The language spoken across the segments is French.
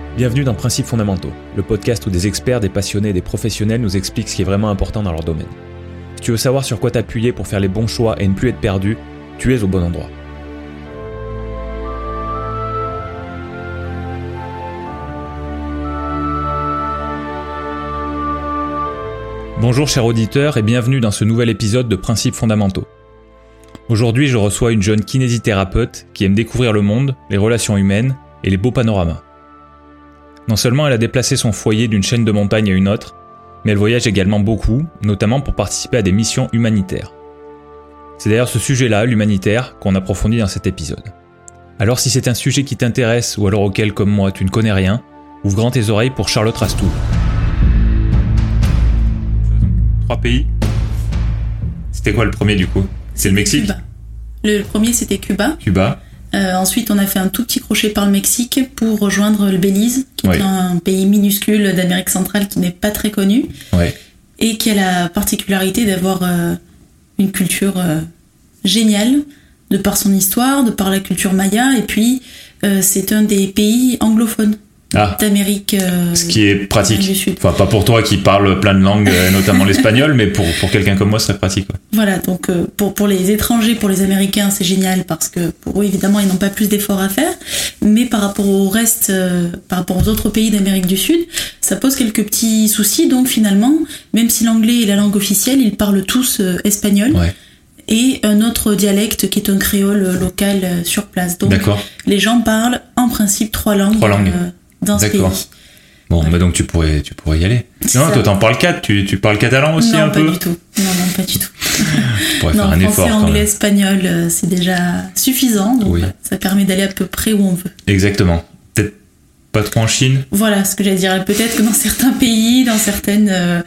Bienvenue dans Principes fondamentaux, le podcast où des experts, des passionnés et des professionnels nous expliquent ce qui est vraiment important dans leur domaine. Si tu veux savoir sur quoi t'appuyer pour faire les bons choix et ne plus être perdu, tu es au bon endroit. Bonjour chers auditeurs et bienvenue dans ce nouvel épisode de Principes fondamentaux. Aujourd'hui, je reçois une jeune kinésithérapeute qui aime découvrir le monde, les relations humaines et les beaux panoramas. Non seulement elle a déplacé son foyer d'une chaîne de montagnes à une autre, mais elle voyage également beaucoup, notamment pour participer à des missions humanitaires. C'est d'ailleurs ce sujet-là, l'humanitaire, qu'on approfondit dans cet épisode. Alors si c'est un sujet qui t'intéresse ou alors auquel, comme moi, tu ne connais rien, ouvre grand tes oreilles pour Charlotte Rastoul. 3 pays. C'était quoi le premier du coup ? C'est le Mexique ? Cuba. Le premier c'était Cuba. Ensuite on a fait un tout petit crochet par le Mexique pour rejoindre le Belize, qui est un pays minuscule d'Amérique centrale qui n'est pas très connu et qui a la particularité d'avoir une culture géniale de par son histoire, de par la culture maya, et puis c'est un des pays anglophones d'Amérique ce qui est pratique du Sud. Enfin, pas pour toi qui parles plein de langues, notamment l'espagnol, mais pour quelqu'un comme moi, ce serait pratique. Voilà, donc pour les étrangers, pour les Américains, c'est génial parce que pour eux, évidemment, ils n'ont pas plus d'efforts à faire. Mais par rapport au reste, par rapport aux autres pays d'Amérique du Sud, ça pose quelques petits soucis. Donc finalement, même si l'anglais est la langue officielle, ils parlent tous espagnol. Et un autre dialecte qui est un créole local sur place. Donc les gens parlent en principe 3 langues. Dans ce pays. Bon, bah donc tu pourrais y aller. Non, toi t'en parles 4, tu parles catalan aussi un peu ? Non, pas du tout. Tu pourrais faire un effort français, quand anglais, même. espagnol, c'est déjà suffisant, donc ça permet d'aller à peu près où on veut. Exactement. Peut-être pas trop en Chine ? Voilà, ce que j'allais dire. Peut-être que dans certains pays, dans certains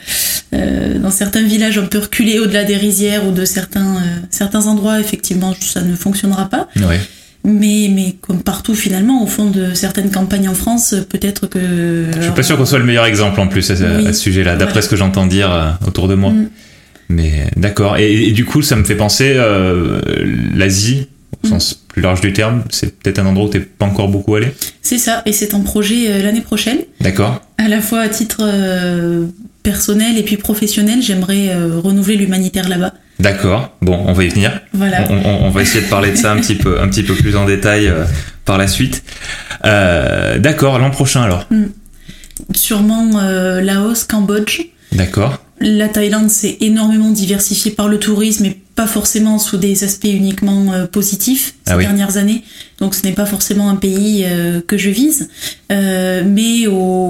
villages un peu reculés au-delà des rizières ou de certains endroits, effectivement, ça ne fonctionnera pas. Mais comme partout finalement, au fond de certaines campagnes en France, peut-être que... Je suis pas sûr qu'on soit le meilleur exemple en plus à ce sujet-là, d'après ce que j'entends dire autour de moi. Mais d'accord. Et du coup, ça me fait penser l'Asie, au sens plus large du terme, c'est peut-être un endroit où t'es pas encore beaucoup allé ? C'est ça, et c'est en projet l'année prochaine. D'accord. À la fois à titre personnel et puis professionnel, j'aimerais renouveler l'humanitaire là-bas. D'accord, bon, on va y venir. Voilà. On va essayer de parler de ça un petit peu plus en détail par la suite. D'accord, l'an prochain alors. Sûrement Laos, Cambodge. D'accord. La Thaïlande s'est énormément diversifiée par le tourisme et pas forcément sous des aspects uniquement positifs ces dernières années. Donc ce n'est pas forcément un pays que je vise. Mais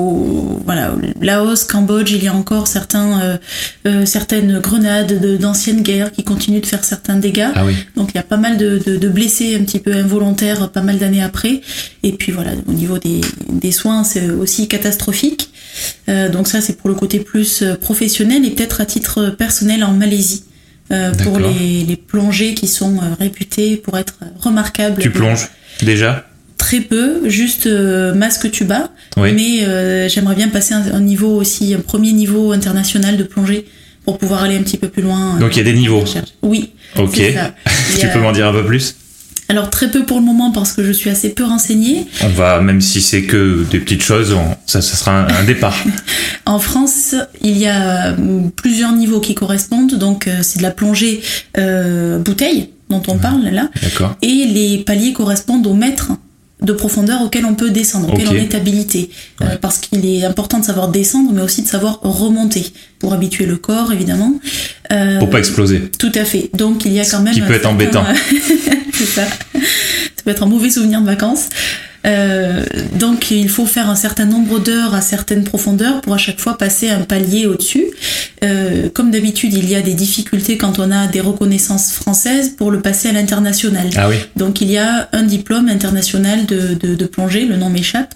Laos, Cambodge, il y a encore certaines grenades d'anciennes guerres qui continuent de faire certains dégâts. Donc il y a pas mal de blessés un petit peu involontaires pas mal d'années après. Et puis voilà, au niveau des soins, c'est aussi catastrophique. Donc ça, c'est pour le côté plus professionnel et peut-être à titre personnel en Malaisie. Pour les plongées qui sont réputées pour être remarquables. Tu plonges déjà ? Très peu, juste masque tuba, mais j'aimerais bien passer un premier niveau international de plongée pour pouvoir aller un petit peu plus loin. Donc il y a des niveaux ? Oui. Ok, tu peux m'en dire un peu plus ? Alors très peu pour le moment parce que je suis assez peu renseignée. On va, même si c'est que des petites choses, ça sera un départ. En France, il y a plusieurs niveaux qui correspondent. Donc c'est de la plongée bouteille dont on parle là. D'accord. Et les paliers correspondent aux mètres de profondeur auquel on peut descendre, auquel on est habilité. Parce qu'il est important de savoir descendre, mais aussi de savoir remonter pour habituer le corps, évidemment. Pour pas exploser. Tout à fait. Donc il y a quand même... Ce qui peut être embêtant. C'est ça. Ça peut être un mauvais souvenir de vacances. Donc il faut faire un certain nombre d'heures à certaines profondeurs pour à chaque fois passer un palier au-dessus. Comme d'habitude, il y a des difficultés quand on a des reconnaissances françaises pour le passer à l'international. Donc il y a un diplôme international de plongée, le nom m'échappe,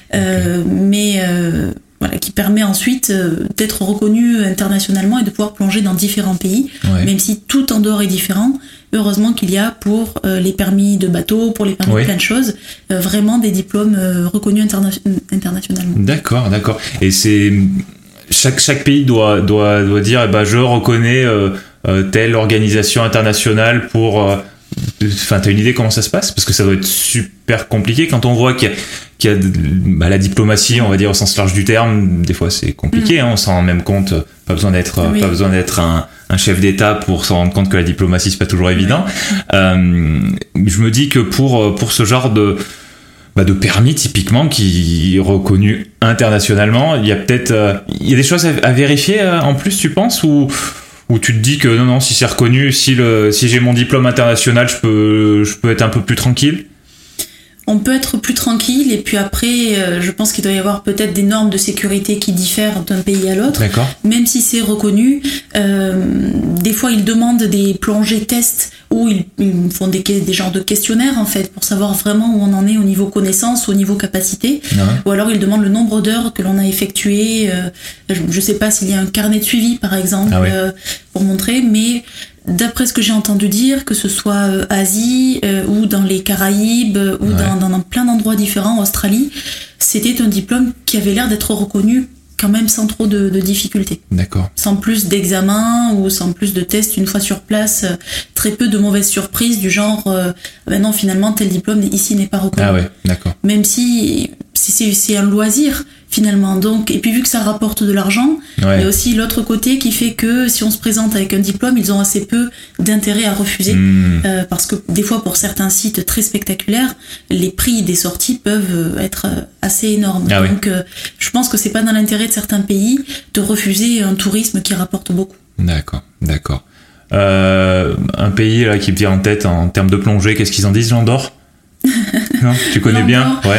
qui permet ensuite d'être reconnu internationalement et de pouvoir plonger dans différents pays, même si tout en dehors est différent. Heureusement qu'il y a pour les permis de bateau, pour les permis de plein de choses, vraiment des diplômes reconnus internationalement. D'accord. Et c'est chaque pays doit dire je reconnais telle organisation internationale pour... Enfin, t'as une idée comment ça se passe ? Parce que ça doit être super compliqué quand on voit qu'il qu'il y a la diplomatie, on va dire au sens large du terme, des fois c'est compliqué, on s'en rend même compte, pas besoin d'être un chef d'État pour s'en rendre compte que la diplomatie c'est pas toujours évident. Je me dis que pour ce genre de permis typiquement qui est reconnu internationalement, il y a des choses à vérifier en plus, tu penses, ou tu te dis que non, si c'est reconnu, si j'ai mon diplôme international, je peux être un peu plus tranquille? On peut être plus tranquille, et puis après, je pense qu'il doit y avoir peut-être des normes de sécurité qui diffèrent d'un pays à l'autre. D'accord. Même si c'est reconnu, des fois ils demandent des plongées tests où ils font des genres de questionnaires en fait pour savoir vraiment où on en est au niveau connaissance, au niveau capacité. Ouais. Ou alors ils demandent le nombre d'heures que l'on a effectué. Je sais pas s'il y a un carnet de suivi par exemple pour montrer, mais d'après ce que j'ai entendu dire, que ce soit Asie ou dans les Caraïbes ou dans plein d'endroits différents, Australie, c'était un diplôme qui avait l'air d'être reconnu quand même sans trop de difficultés. D'accord. Sans plus d'examens ou sans plus de tests une fois sur place, très peu de mauvaises surprises du genre non, finalement tel diplôme ici n'est pas reconnu. Ah ouais, d'accord. Même si c'est un loisir finalement. Donc, et puis vu que ça rapporte de l'argent, il y a aussi l'autre côté qui fait que si on se présente avec un diplôme, ils ont assez peu d'intérêt à refuser. Parce que des fois, pour certains sites très spectaculaires, les prix des sorties peuvent être assez énormes. Donc, je pense que c'est pas dans l'intérêt de certains pays de refuser un tourisme qui rapporte beaucoup. D'accord. Un pays là, qui me vient en tête en termes de plongée, qu'est-ce qu'ils en disent, l'Andorre? Non, tu connais bien? Ouais.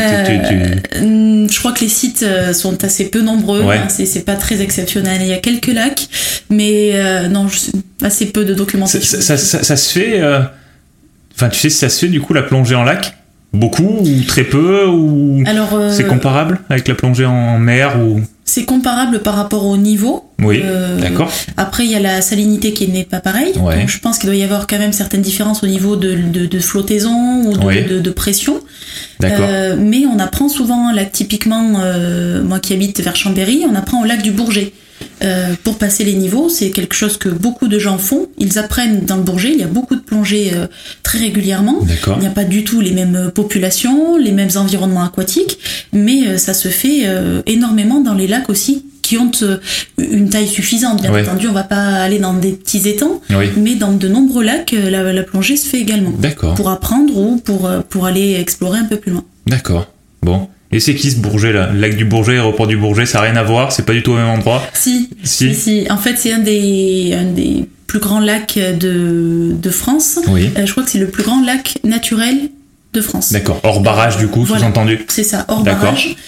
Je crois que les sites sont assez peu nombreux. C'est pas très exceptionnel. Il y a quelques lacs, mais non, assez peu de documentation. Ça se fait. Enfin, tu sais si ça se fait du coup la plongée en lac? Beaucoup ou très peu, ou c'est comparable avec la plongée en mer ou... C'est comparable par rapport au niveau. Oui, d'accord. Après, il y a la salinité qui n'est pas pareille. Donc, je pense qu'il doit y avoir quand même certaines différences au niveau de flottaison ou de pression. D'accord. Mais on apprend souvent, là, typiquement, moi qui habite vers Chambéry, on apprend au lac du Bourget. Pour passer les niveaux, c'est quelque chose que beaucoup de gens font. Ils apprennent dans le Bourget, il y a beaucoup de plongées très régulièrement. D'accord. Il n'y a pas du tout les mêmes populations, les mêmes environnements aquatiques, mais ça se fait énormément dans les lacs aussi, qui ont une taille suffisante. Bien entendu, on va pas aller dans des petits étangs, mais dans de nombreux lacs, la plongée se fait également. D'accord. Pour apprendre ou pour aller explorer un peu plus loin. D'accord. Bon. Et c'est qui ce Bourget là? Le lac du Bourget, l'aéroport du Bourget, ça n'a rien à voir, c'est pas du tout au même endroit? Si. En fait, c'est un des plus grands lacs de France. Je crois que c'est le plus grand lac naturel de France. D'accord. Hors barrage du coup, sous-entendu. C'est ça, hors barrage.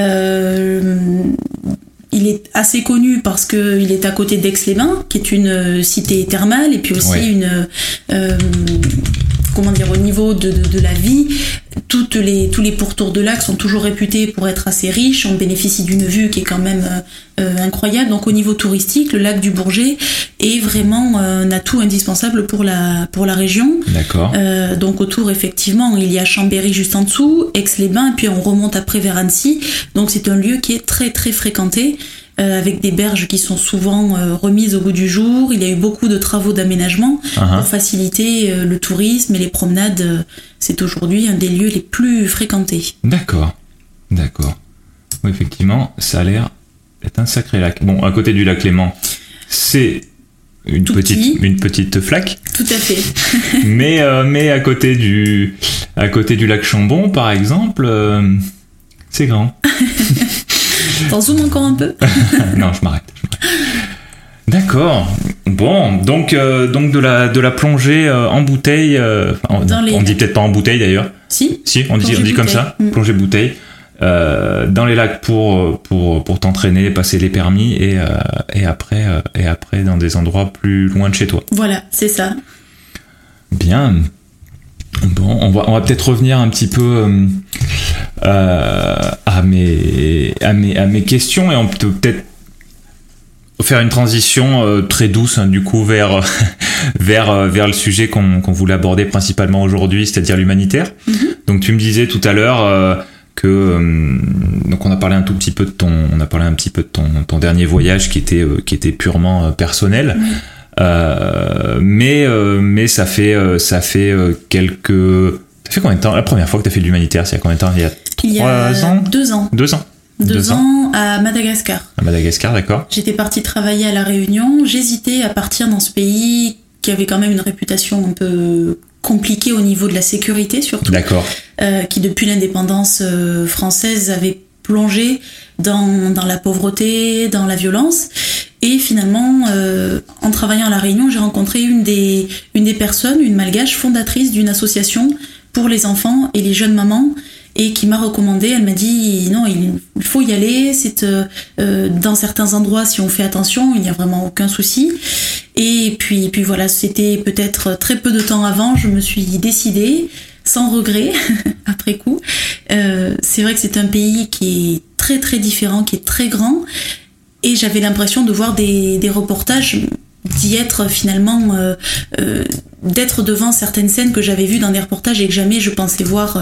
Il est assez connu parce qu'il est à côté d'Aix-les-Bains, qui est une cité thermale, et puis aussi au niveau de la vie, tous les pourtours de lac sont toujours réputés pour être assez riches. On bénéficie d'une vue qui est quand même incroyable. Donc au niveau touristique, le lac du Bourget est vraiment un atout indispensable pour la région. D'accord. Donc autour, effectivement, il y a Chambéry juste en dessous, Aix-les-Bains, et puis on remonte après vers Annecy. Donc c'est un lieu qui est très très fréquenté. Avec des berges qui sont souvent remises au goût du jour. Il y a eu beaucoup de travaux d'aménagement pour faciliter le tourisme et les promenades. C'est aujourd'hui un des lieux les plus fréquentés. D'accord. Oui, effectivement, ça a l'air d'être un sacré lac. Bon, à côté du lac Léman, c'est une petite flaque. Tout à fait. mais à côté du lac Chambon, par exemple, c'est grand. T'en zoomes encore un peu? Non, je m'arrête. D'accord. Bon, donc de la plongée en bouteille. On dit peut-être pas en bouteille d'ailleurs. Si, on dit comme ça. Plongée bouteille. Dans les lacs pour t'entraîner, passer les permis et après dans des endroits plus loin de chez toi. Voilà, c'est ça. Bien. Bon, on va peut-être revenir un petit peu à mes questions, et on peut peut-être faire une transition très douce du coup vers le sujet qu'on voulait aborder principalement aujourd'hui, c'est-à-dire l'humanitaire. Donc tu me disais tout à l'heure que donc on a parlé un petit peu de ton dernier voyage qui était purement personnel. Mais ça fait combien de temps? La première fois que tu as fait de l'humanitaire, c'est il y a combien de temps? Il y a il y a 2 ans. 2 ans. 2 ans à Madagascar. À Madagascar, d'accord. J'étais partie travailler à La Réunion. J'hésitais à partir dans ce pays qui avait quand même une réputation un peu compliquée au niveau de la sécurité, surtout. D'accord. Qui, depuis l'indépendance française, avait plongé dans la pauvreté, dans la violence. Et finalement, en travaillant à La Réunion, j'ai rencontré une des personnes, une malgache fondatrice d'une association pour les enfants et les jeunes mamans, et qui m'a recommandé. Elle m'a dit non, il faut y aller. C'est dans certains endroits, si on fait attention, il n'y a vraiment aucun souci. Et puis voilà, c'était peut-être très peu de temps avant, je me suis décidée, sans regret, après coup. C'est vrai que c'est un pays qui est très très différent, qui est très grand, et j'avais l'impression de voir des reportages, d'y être finalement, d'être devant certaines scènes que j'avais vues dans des reportages et que jamais je pensais voir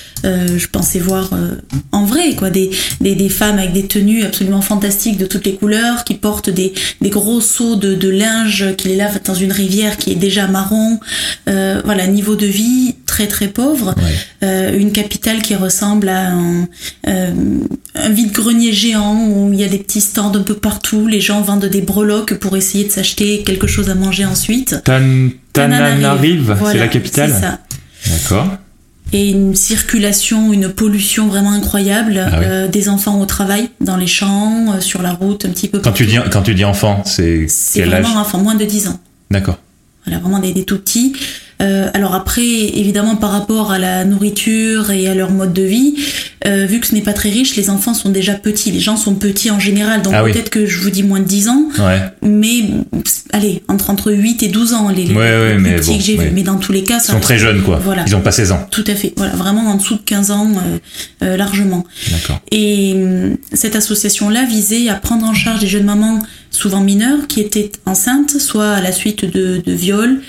en vrai, quoi. Des femmes avec des tenues absolument fantastiques de toutes les couleurs, qui portent des gros seaux de linge, qui les lavent dans une rivière qui est déjà marron. Voilà, niveau de vie très très pauvre. Ouais. Une capitale qui ressemble à un vide-grenier géant où il y a des petits stands un peu partout. Les gens vendent des breloques pour essayer de s'acheter quelque chose à manger ensuite. Tananarive, voilà, c'est la capitale. C'est ça. D'accord. Et une circulation, une pollution vraiment incroyable. Ah oui. Des enfants au travail, dans les champs, sur la route, un petit peu partout. Quand tu dis enfant, c'est quel âge ? Vraiment enfant, moins de 10 ans. D'accord. Voilà, vraiment des tout petits. Alors après, évidemment, par rapport à la nourriture et à leur mode de vie, vu que ce n'est pas très riche, les enfants sont déjà petits. Les gens sont petits en général, donc peut-être que je vous dis moins de 10 ans. Ouais. Mais allez, entre 8 et 12 ans, les plus petits que j'ai vus. Mais dans tous les cas, ils sont très jeunes, quoi. Voilà. Ils n'ont pas 16 ans. Tout à fait. Voilà, vraiment en dessous de 15 ans, largement. D'accord. Et cette association-là visait à prendre en charge des jeunes mamans, souvent mineures, qui étaient enceintes, soit à la suite de viols,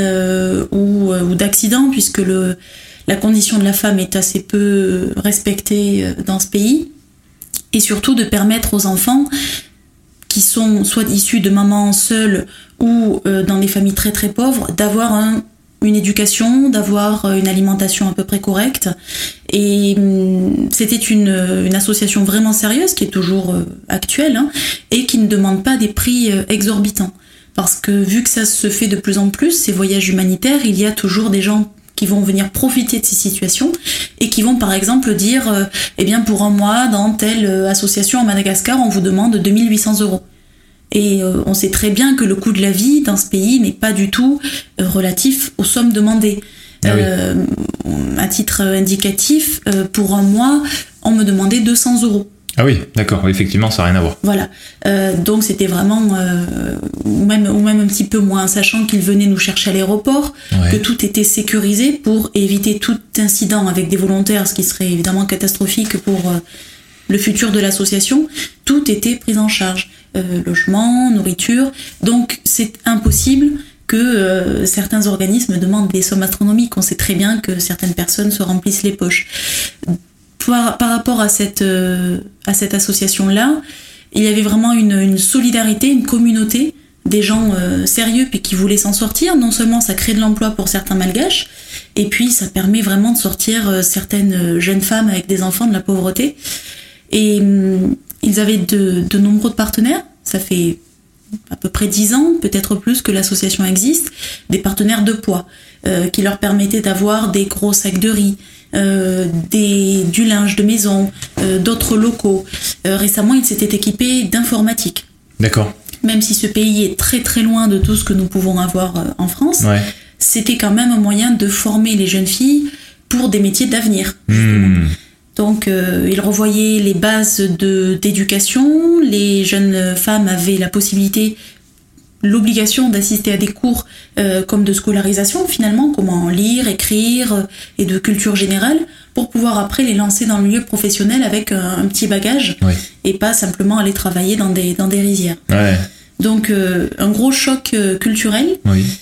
ou d'accidents, puisque la condition de la femme est assez peu respectée dans ce pays, et surtout de permettre aux enfants qui sont soit issus de mamans seules ou dans des familles très très pauvres d'avoir une éducation, d'avoir une alimentation à peu près correcte. Et c'était une association vraiment sérieuse, qui est toujours actuelle, hein, et qui ne demande pas des prix exorbitants. Parce que vu que ça se fait de plus en plus, ces voyages humanitaires, il y a toujours des gens qui vont venir profiter de ces situations et qui vont par exemple dire eh bien pour un mois dans telle association à Madagascar, on vous demande 2800 €. Et on sait très bien que le coût de la vie dans ce pays n'est pas du tout relatif aux sommes demandées. Ah oui. À titre indicatif, pour un mois, on me demandait 200 €. Ah oui, d'accord, effectivement, ça n'a rien à voir. Voilà, donc c'était vraiment, ou même un petit peu moins, sachant qu'ils venaient nous chercher à l'aéroport, que tout était sécurisé pour éviter tout incident avec des volontaires, ce qui serait évidemment catastrophique pour le futur de l'association. Tout était pris en charge, logement, nourriture, donc c'est impossible que certains organismes demandent des sommes astronomiques. On sait très bien que certaines personnes se remplissent les poches. Par rapport à cette association-là, il y avait vraiment une solidarité, une communauté, des gens sérieux puis qui voulaient s'en sortir. Non seulement ça crée de l'emploi pour certains malgaches, et puis ça permet vraiment de sortir certaines jeunes femmes avec des enfants de la pauvreté. Et ils avaient de nombreux partenaires. Ça fait à peu près 10 ans, peut-être plus, que l'association existe, des partenaires de poids qui leur permettaient d'avoir des gros sacs de riz, du linge de maison, d'autres locaux. Récemment, ils s'étaient équipés d'informatique. D'accord. Même si ce pays est très très loin de tout ce que nous pouvons avoir en France, c'était quand même un moyen de former les jeunes filles pour des métiers d'avenir. Donc, ils revoyaient les bases d'éducation. Les jeunes femmes avaient la possibilité, l'obligation d'assister à des cours comme de scolarisation, finalement, comment lire, écrire, et de culture générale, pour pouvoir après les lancer dans le milieu professionnel avec un petit bagage, et pas simplement aller travailler dans des rizières. Donc, un gros choc culturel,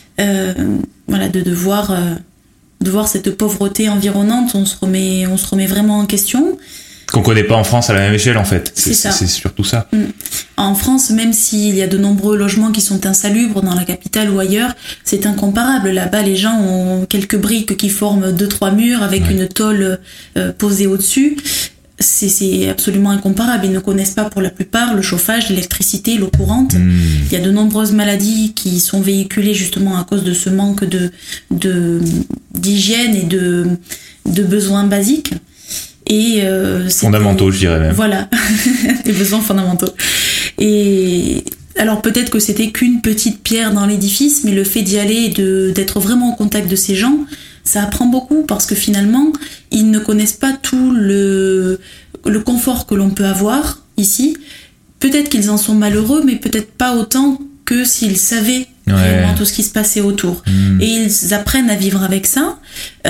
voilà, de voir cette pauvreté environnante. On se remet vraiment en question. qu'on connaît pas en France à la même échelle en fait. C'est ça. C'est surtout ça. En France, même s'il y a de nombreux logements qui sont insalubres dans la capitale ou ailleurs, c'est incomparable. Là-bas, les gens ont quelques briques qui forment 2-3 murs avec une tôle posée au-dessus. C'est absolument incomparable. Ils ne connaissent pas pour la plupart le chauffage, l'électricité, l'eau courante. Il y a de nombreuses maladies qui sont véhiculées justement à cause de ce manque d'hygiène et de besoins basiques. Et fondamentaux, je dirais même. Voilà, des besoins fondamentaux. Et alors peut-être que c'était qu'une petite pierre dans l'édifice, mais le fait d'y aller et d'être vraiment au contact de ces gens, ça apprend beaucoup parce que finalement, ils ne connaissent pas tout le confort que l'on peut avoir ici. Peut-être qu'ils en sont malheureux, mais peut-être pas autant que s'ils savaient réellement tout ce qui se passait autour. Et ils apprennent à vivre avec ça.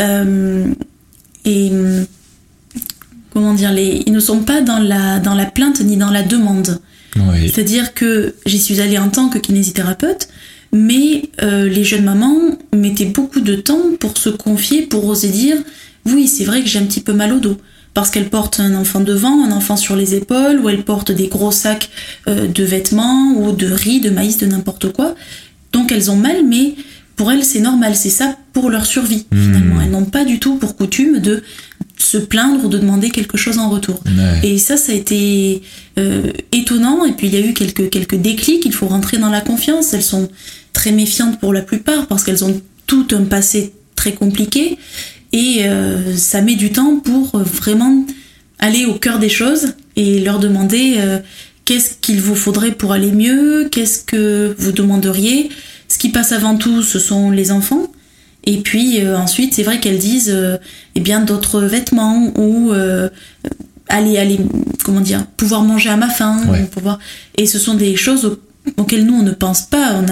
Comment dire, ils ne sont pas dans la plainte ni dans la demande. Oui. C'est-à-dire que j'y suis allée en tant que kinésithérapeute, mais les jeunes mamans mettaient beaucoup de temps pour se confier, pour oser dire « Oui, c'est vrai que j'ai un petit peu mal au dos ». Parce qu'elles portent un enfant devant, un enfant sur les épaules, ou elles portent des gros sacs de vêtements, ou de riz, de maïs, de n'importe quoi. Donc elles ont mal, mais pour elles, c'est normal. C'est ça pour leur survie, finalement. Elles n'ont pas du tout pour coutume de se plaindre ou de demander quelque chose en retour. Et ça a été étonnant. Et puis il y a eu quelques déclics. Il faut rentrer dans la confiance. Elles sont très méfiantes pour la plupart parce qu'elles ont tout un passé très compliqué. Et ça met du temps pour vraiment aller au cœur des choses et leur demander qu'est-ce qu'il vous faudrait pour aller mieux, qu'est-ce que vous demanderiez. Ce qui passe avant tout, ce sont les enfants. Et puis ensuite, c'est vrai qu'elles disent d'autres vêtements ou aller comment dire, pouvoir manger à ma faim. Pouvoir... Et ce sont des choses auxquelles nous, on ne pense pas. On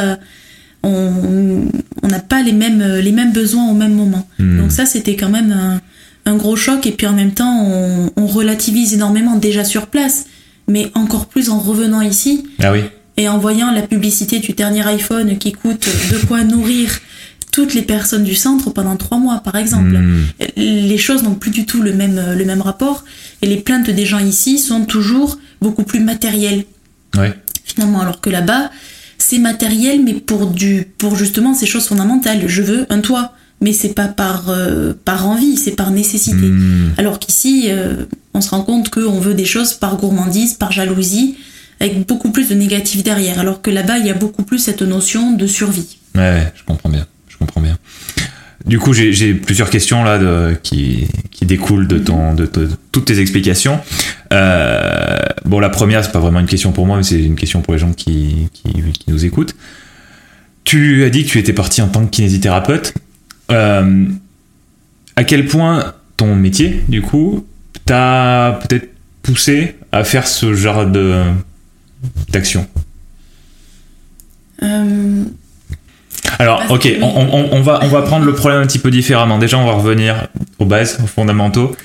n'a pas les mêmes besoins au même moment. Donc ça, c'était quand même un gros choc. Et puis en même temps, on relativise énormément déjà sur place, mais encore plus en revenant ici. Ah oui. Et en voyant la publicité du dernier iPhone qui coûte de quoi nourrir toutes les personnes du centre pendant 3 mois, par exemple. Les choses n'ont plus du tout le même rapport. Et les plaintes des gens ici sont toujours beaucoup plus matérielles. Finalement, alors que là-bas, c'est matériel, mais pour justement ces choses fondamentales. Je veux un toit, mais c'est pas par envie, c'est par nécessité. Alors qu'ici, on se rend compte qu'on veut des choses par gourmandise, par jalousie, avec beaucoup plus de négatif derrière. Alors que là-bas, il y a beaucoup plus cette notion de survie. Ouais, je comprends bien. Du coup, j'ai plusieurs questions là qui découlent de toutes tes explications. Bon, la première, c'est pas vraiment une question pour moi, mais c'est une question pour les gens qui nous écoutent. Tu as dit que tu étais parti en tant que kinésithérapeute. À quel point ton métier, du coup, t'a peut-être poussé à faire ce genre d'action? Alors, ok, on va prendre le problème un petit peu différemment. Déjà, on va revenir aux bases, aux fondamentaux.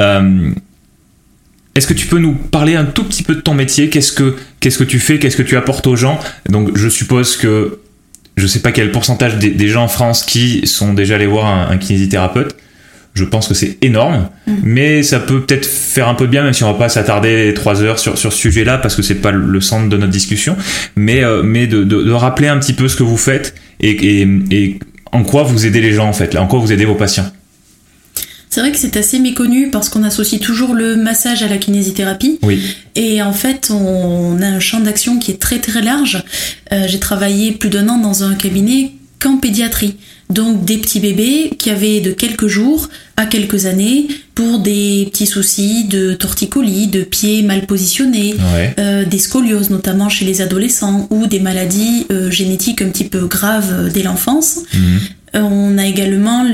Est-ce que tu peux nous parler un tout petit peu de ton métier? Qu'est-ce que tu fais? Qu'est-ce que tu apportes aux gens? Donc, je suppose que je sais pas quel pourcentage des gens en France qui sont déjà allés voir un kinésithérapeute. Je pense que c'est énorme, mais ça peut peut-être faire un peu de bien, même si on va pas s'attarder 3 heures sur ce sujet-là, parce que c'est pas le centre de notre discussion, mais de rappeler un petit peu ce que vous faites et en quoi vous aidez les gens, en fait, en quoi vous aidez vos patients. C'est vrai que c'est assez méconnu parce qu'on associe toujours le massage à la kinésithérapie. Oui. Et en fait, on a un champ d'action qui est très très large. J'ai travaillé plus d'1 an dans un cabinet qu'en pédiatrie. Donc des petits bébés qui avaient de quelques jours à quelques années pour des petits soucis de torticolis, de pieds mal positionnés, des scolioses notamment chez les adolescents ou des maladies génétiques un petit peu graves dès l'enfance. On a également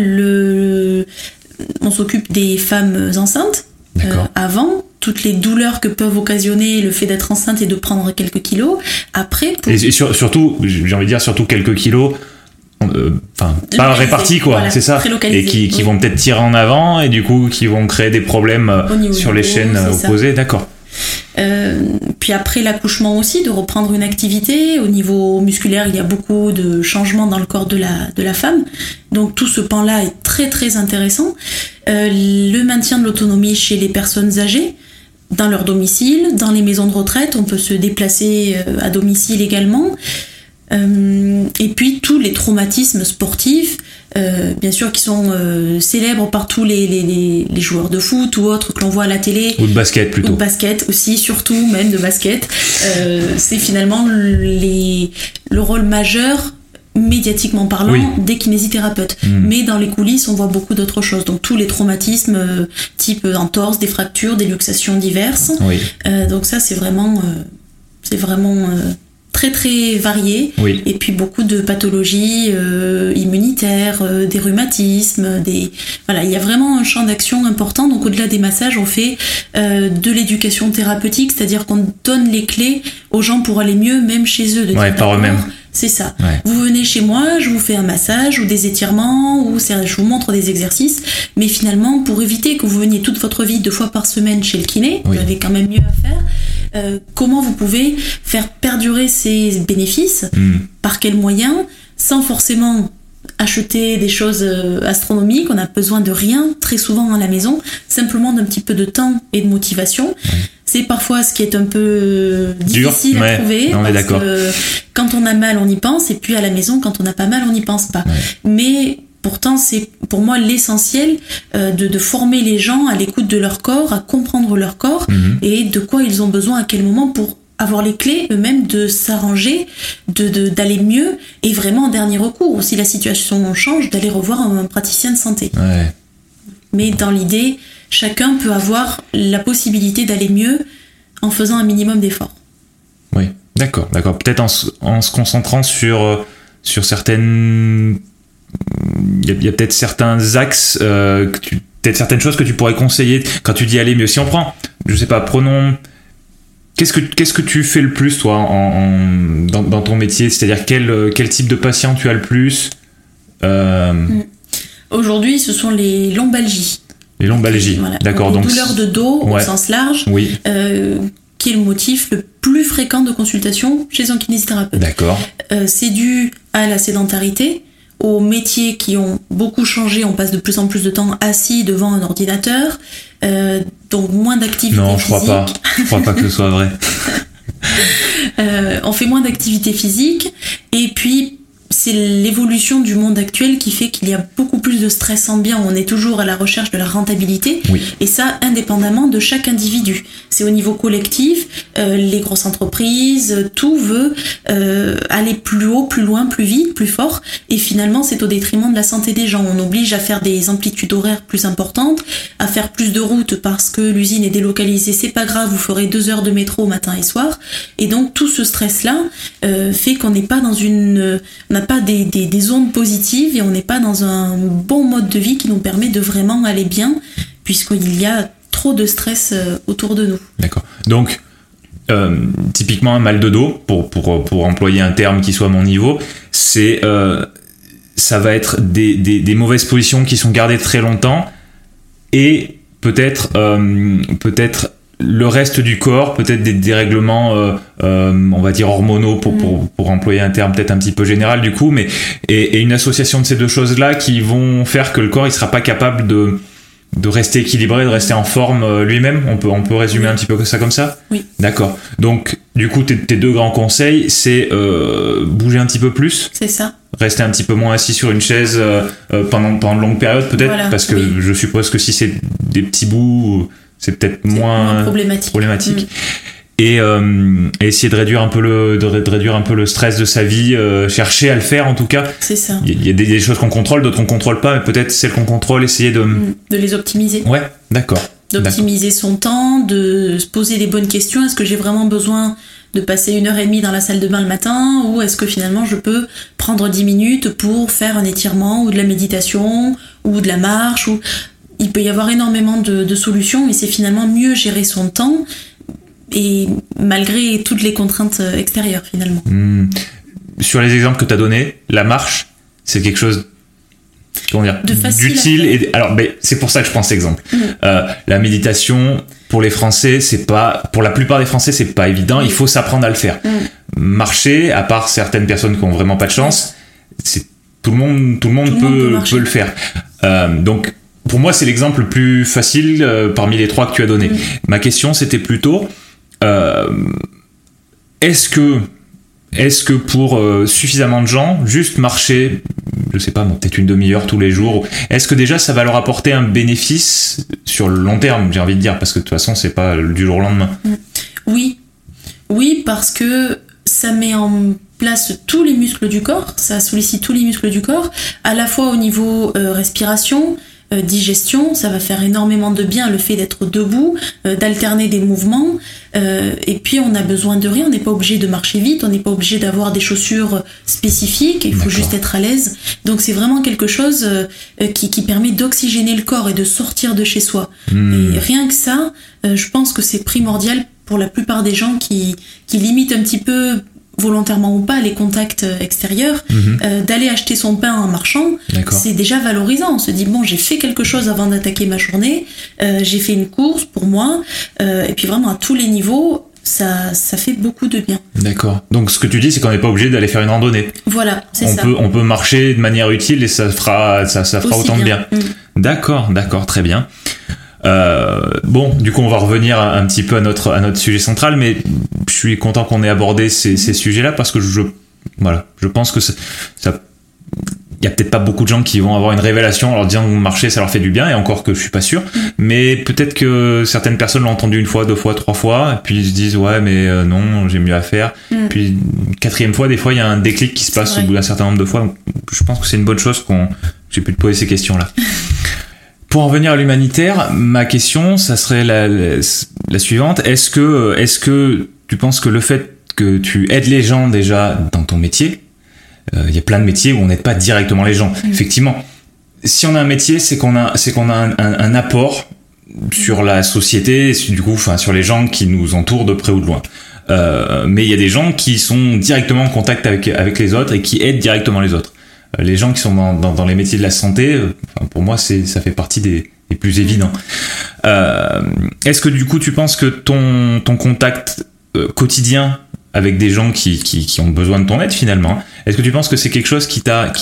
on s'occupe des femmes enceintes avant, toutes les douleurs que peuvent occasionner le fait d'être enceinte et de prendre quelques kilos. Après, et surtout, j'ai envie de dire surtout quelques kilos. Pas répartis quoi, voilà, c'est ça, et qui vont peut-être tirer en avant et du coup qui vont créer des problèmes sur les chaînes opposées. D'accord. Puis après l'accouchement aussi, de reprendre une activité. Au niveau musculaire, il y a beaucoup de changements dans le corps de la femme, donc tout ce pan là est très très intéressant. le maintien de l'autonomie chez les personnes âgées, dans leur domicile, dans les maisons de retraite, on peut se déplacer à domicile également. Et puis tous les traumatismes sportifs, bien sûr, qui sont célèbres par tous les joueurs de foot ou autres que l'on voit à la télé. Ou de basket plutôt. Ou de basket aussi, surtout même de basket. C'est finalement le rôle majeur, médiatiquement parlant, des kinésithérapeutes. Mais dans les coulisses, on voit beaucoup d'autres choses. Donc tous les traumatismes type entorse, des fractures, des luxations diverses. Donc ça, c'est vraiment très très varié. Et puis beaucoup de pathologies immunitaires, des rhumatismes, voilà, il y a vraiment un champ d'action important. Donc au-delà des massages, on fait de l'éducation thérapeutique, c'est-à-dire qu'on donne les clés aux gens pour aller mieux, même chez eux. Par eux-mêmes. C'est ça. Vous venez chez moi, je vous fais un massage ou des étirements ou je vous montre des exercices, mais finalement, pour éviter que vous veniez toute votre vie 2 fois par semaine chez le kiné, vous avez quand même mieux à faire. Comment vous pouvez faire perdurer ces bénéfices, par quels moyens, sans forcément acheter des choses astronomiques. On a besoin de rien très souvent à la maison, simplement d'un petit peu de temps et de motivation. C'est parfois ce qui est un peu difficile à trouver. On est d'accord. Quand on a mal, on y pense, et puis à la maison, quand on n'a pas mal, on n'y pense pas. Mais pourtant, c'est pour moi l'essentiel de former les gens à l'écoute de leur corps, à comprendre leur corps et de quoi ils ont besoin à quel moment pour avoir les clés eux-mêmes de s'arranger, d'aller mieux, et vraiment en dernier recours, si la situation change, d'aller revoir un praticien de santé. Mais dans l'idée, chacun peut avoir la possibilité d'aller mieux en faisant un minimum d'efforts. Oui, d'accord. Peut-être en se concentrant sur certaines... Il y a peut-être certains axes, peut-être certaines choses que tu pourrais conseiller quand tu dis aller mieux. Si on prend, je sais pas, prenons... Qu'est-ce que tu fais le plus, toi, dans ton métier ? C'est-à-dire quel type de patient tu as le plus ? Aujourd'hui, ce sont les lombalgies. Les lombalgies, voilà. D'accord. Donc, douleurs de dos au sens large, qui est le motif le plus fréquent de consultation chez un kinésithérapeute. D'accord. C'est dû à la sédentarité, aux métiers qui ont beaucoup changé. On passe de plus en plus de temps assis devant un ordinateur, donc moins d'activité physique. Non, je crois pas que ce soit vrai. On fait moins d'activité physique, et puis c'est l'évolution du monde actuel qui fait qu'il y a beaucoup plus de stress ambiant. On est toujours à la recherche de la rentabilité, et ça indépendamment de chaque individu. C'est au niveau collectif, les grosses entreprises, tout veut aller plus haut, plus loin, plus vite, plus fort, et finalement c'est au détriment de la santé des gens. On oblige à faire des amplitudes horaires plus importantes, à faire plus de routes parce que l'usine est délocalisée, c'est pas grave, vous ferez 2 heures de métro matin et soir, et donc tout ce stress-là fait qu'on n'est pas dans on n'a pas des ondes positives, et on n'est pas dans un bon mode de vie qui nous permet de vraiment aller bien, puisqu'il y a trop de stress autour de nous. D'accord. Donc, typiquement un mal de dos, pour employer un terme qui soit à mon niveau, c'est ça va être des mauvaises positions qui sont gardées très longtemps, et peut-être le reste du corps, peut-être des dérèglements, on va dire hormonaux, pour employer un terme peut-être un petit peu général du coup, mais et une association de ces deux choses-là qui vont faire que le corps il sera pas capable de rester équilibré, de rester en forme lui-même. On peut résumer un petit peu ça comme ça ? Oui. D'accord. Donc du coup tes 2 grands conseils, c'est bouger un petit peu plus. C'est ça. Rester un petit peu moins assis sur une chaise pendant de longues périodes peut-être, parce que je suppose que si c'est des petits bouts, c'est peut-être moins problématique. Et essayer de réduire un peu le stress de sa vie, chercher à le faire en tout cas. C'est ça. Il y a des choses qu'on contrôle, d'autres qu'on contrôle pas, mais peut-être celles qu'on contrôle, essayer de les optimiser. Ouais, d'accord. D'optimiser son temps, de se poser les bonnes questions. Est-ce que j'ai vraiment besoin de passer 1h30 dans la salle de bain le matin, ou est-ce que finalement je peux prendre 10 minutes pour faire un étirement ou de la méditation ou de la marche, ou... Il peut y avoir énormément de solutions, mais c'est finalement mieux gérer son temps, et malgré toutes les contraintes extérieures finalement. Sur les exemples que tu as donnés, la marche, c'est quelque chose d'utile. Et alors, c'est pour ça que je prends cet exemple. La méditation, pour les Français, pour la plupart des Français, c'est pas évident. Il faut s'apprendre à le faire. Marcher, à part certaines personnes qui ont vraiment pas de chance, tout le monde peut le faire. Donc pour moi, c'est l'exemple le plus facile parmi les 3 que tu as donné. Ma question, c'était plutôt, est-ce que pour suffisamment de gens, juste marcher, je sais pas, peut-être une demi-heure tous les jours, est-ce que déjà ça va leur apporter un bénéfice sur le long terme, j'ai envie de dire, parce que de toute façon, c'est pas du jour au lendemain. Oui, parce que ça met en place tous les muscles du corps, ça sollicite tous les muscles du corps, à la fois au niveau respiration, digestion, ça va faire énormément de bien le fait d'être debout, d'alterner des mouvements, et puis on a besoin de rien, on n'est pas obligé de marcher vite, on n'est pas obligé d'avoir des chaussures spécifiques, il faut juste être à l'aise. Donc c'est vraiment quelque chose qui permet d'oxygéner le corps et de sortir de chez soi. Et rien que ça, je pense que c'est primordial pour la plupart des gens qui limitent un petit peu, volontairement ou pas, les contacts extérieurs, d'aller acheter son pain en marchant. C'est déjà valorisant. On se dit, bon, j'ai fait quelque chose avant d'attaquer ma journée, j'ai fait une course pour moi, et puis vraiment à tous les niveaux, ça fait beaucoup de bien. D'accord. Donc ce que tu dis, c'est qu'on n'est pas obligé d'aller faire une randonnée. Voilà, c'est ça. On peut marcher de manière utile et ça fera autant de bien. D'accord, très bien. Bon, du coup, on va revenir un petit peu à notre sujet central, mais je suis content qu'on ait abordé ces sujets-là parce que je pense que il y a peut-être pas beaucoup de gens qui vont avoir une révélation en leur disant que marcher ça leur fait du bien, et encore que je suis pas sûr, mais peut-être que certaines personnes l'ont entendu 1 fois, 2 fois, 3 fois, et puis ils se disent ouais mais non, j'ai mieux à faire. Puis 4e fois, des fois il y a un déclic qui se passe au bout d'un certain nombre de fois, donc je pense que c'est une bonne chose que j'ai pu te poser ces questions-là. Pour en revenir à l'humanitaire, ma question, ça serait la suivante. Est-ce que tu penses que le fait que tu aides les gens déjà dans ton métier, il y a plein de métiers où on n'aide pas directement les gens. Effectivement, si on a un métier, c'est qu'on a un apport sur la société, du coup, enfin, sur les gens qui nous entourent de près ou de loin. Mais il y a des gens qui sont directement en contact avec les autres et qui aident directement les autres. Les gens qui sont dans les métiers de la santé, pour moi, ça fait partie des plus évidents. Est-ce que du coup, tu penses que ton contact quotidien avec des gens qui ont besoin de ton aide finalement, est-ce que tu penses que c'est quelque chose qui t'a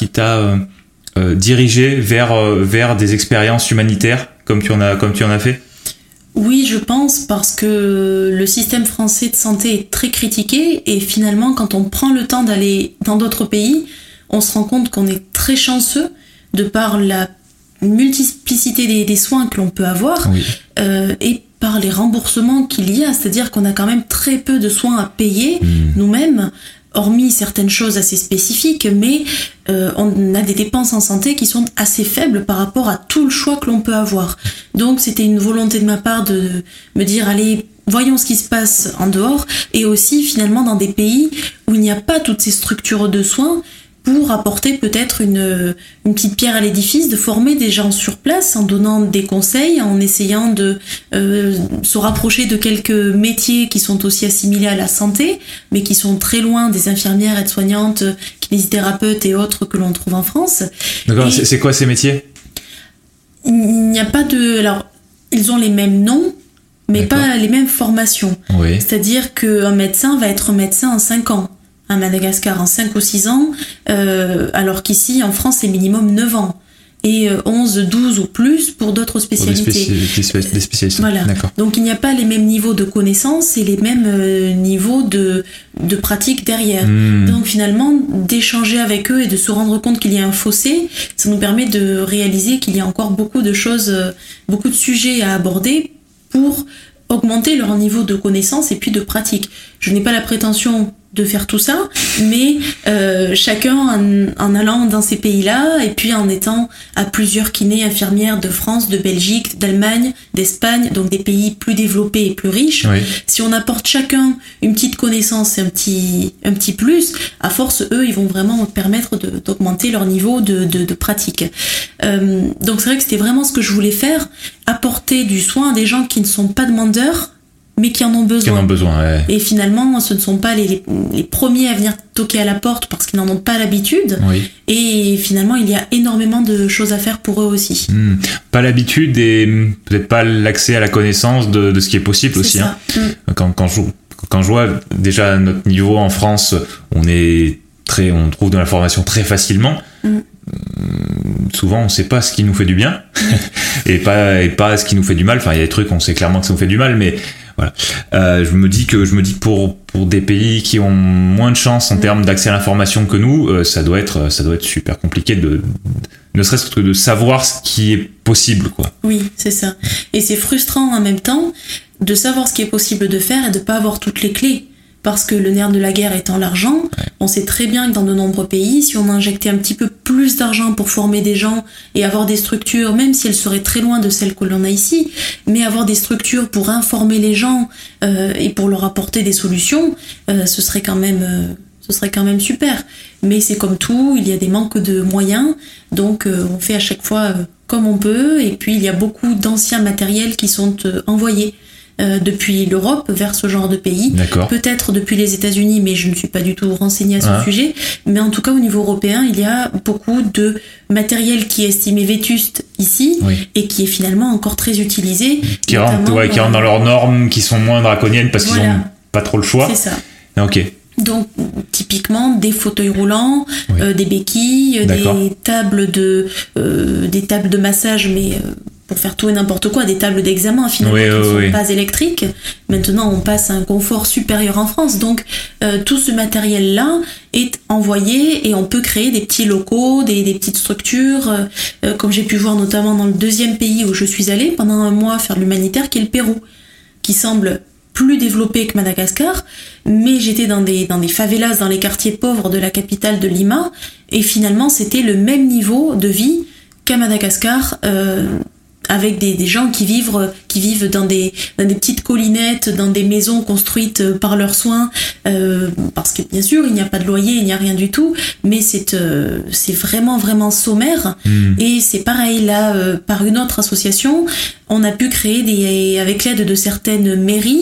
dirigé vers des expériences humanitaires comme tu en as fait? Oui, je pense, parce que le système français de santé est très critiqué, et finalement, quand on prend le temps d'aller dans d'autres pays, on se rend compte qu'on est très chanceux de par la multiplicité des soins que l'on peut avoir, et par les remboursements qu'il y a, c'est-à-dire qu'on a quand même très peu de soins à payer nous-mêmes, hormis certaines choses assez spécifiques, mais on a des dépenses en santé qui sont assez faibles par rapport à tout le choix que l'on peut avoir. Donc c'était une volonté de ma part de me dire, allez, voyons ce qui se passe en dehors, et aussi finalement dans des pays où il n'y a pas toutes ces structures de soins, pour apporter peut-être une petite pierre à l'édifice, de former des gens sur place en donnant des conseils, en essayant de se rapprocher de quelques métiers qui sont aussi assimilés à la santé, mais qui sont très loin des infirmières, aides-soignantes, kinésithérapeutes et autres que l'on trouve en France. D'accord, c'est quoi ces métiers ? Il n'y a pas de... Alors, ils ont les mêmes noms, mais pas les mêmes formations. Oui. C'est-à-dire qu'un médecin va être médecin en 5 ans. À Madagascar en 5 ou 6 ans, alors qu'ici en France c'est minimum 9 ans, et 11, 12 ou plus pour d'autres spécialités. Des spécialistes. Voilà. D'accord. Donc il n'y a pas les mêmes niveaux de connaissances et les mêmes niveaux de pratique derrière. Donc finalement, d'échanger avec eux et de se rendre compte qu'il y a un fossé, ça nous permet de réaliser qu'il y a encore beaucoup de choses, beaucoup de sujets à aborder pour augmenter leur niveau de connaissance et puis de pratique. Je n'ai pas la prétention de faire tout ça, mais chacun en allant dans ces pays-là, et puis en étant à plusieurs kinés, infirmières de France, de Belgique, d'Allemagne, d'Espagne, donc des pays plus développés et plus riches, si on apporte chacun une petite connaissance et un petit plus, à force, eux, ils vont vraiment permettre d'augmenter leur niveau de pratique. Donc c'est vrai que c'était vraiment ce que je voulais faire, apporter du soin à des gens qui ne sont pas demandeurs, mais qui en ont besoin. Et finalement, ce ne sont pas les premiers à venir toquer à la porte parce qu'ils n'en ont pas l'habitude. Et finalement, il y a énormément de choses à faire pour eux aussi. Pas l'habitude et peut-être pas l'accès à la connaissance de ce qui est possible. C'est aussi. Ça. Quand je vois déjà à notre niveau en France, on trouve de l'information très facilement. souvent on sait pas ce qui nous fait du bien et pas ce qui nous fait du mal. Enfin, il y a des trucs on sait clairement que ça nous fait du mal, mais voilà. Je me dis que pour des pays qui ont moins de chance en termes d'accès à l'information que nous, ça doit être super compliqué ne serait-ce que de savoir ce qui est possible, quoi. Oui, c'est ça. Et c'est frustrant en même temps de savoir ce qui est possible de faire et de pas avoir toutes les clés. Parce que le nerf de la guerre étant l'argent, on sait très bien que dans de nombreux pays, si on injectait un petit peu plus d'argent pour former des gens et avoir des structures, même si elles seraient très loin de celles que l'on a ici, mais avoir des structures pour informer les gens et pour leur apporter des solutions, ce serait quand même super. Mais c'est comme tout, il y a des manques de moyens, donc on fait à chaque fois comme on peut, et puis il y a beaucoup d'anciens matériels qui sont envoyés depuis l'Europe vers ce genre de pays. D'accord. Peut-être depuis les États-Unis, mais je ne suis pas du tout renseignée à ce sujet. Mais en tout cas, au niveau européen, il y a beaucoup de matériel qui est estimé vétuste ici et qui est finalement encore très utilisé. Qui rentrent dans leurs normes, qui sont moins draconiennes parce qu'ils n'ont pas trop le choix. C'est ça. Ok. Donc, typiquement, des fauteuils roulants, des béquilles, des tables de massage, mais pour faire tout et n'importe quoi, des tables d'examen finalement qui ne sont pas électriques. Maintenant, on passe à un confort supérieur en France. Donc, tout ce matériel-là est envoyé et on peut créer des petits locaux, des petites structures, comme j'ai pu voir notamment dans le deuxième pays où je suis allée pendant un mois faire de l'humanitaire, qui est le Pérou, qui semble plus développé que Madagascar, mais j'étais dans des favelas, dans les quartiers pauvres de la capitale de Lima, et finalement, c'était le même niveau de vie qu'à Madagascar, avec des gens qui vivent dans des petites collinettes, dans des maisons construites par leurs soins, parce que bien sûr il n'y a pas de loyer, il n'y a rien du tout, mais c'est vraiment vraiment sommaire. Et c'est pareil là, par une autre association, on a pu créer avec l'aide de certaines mairies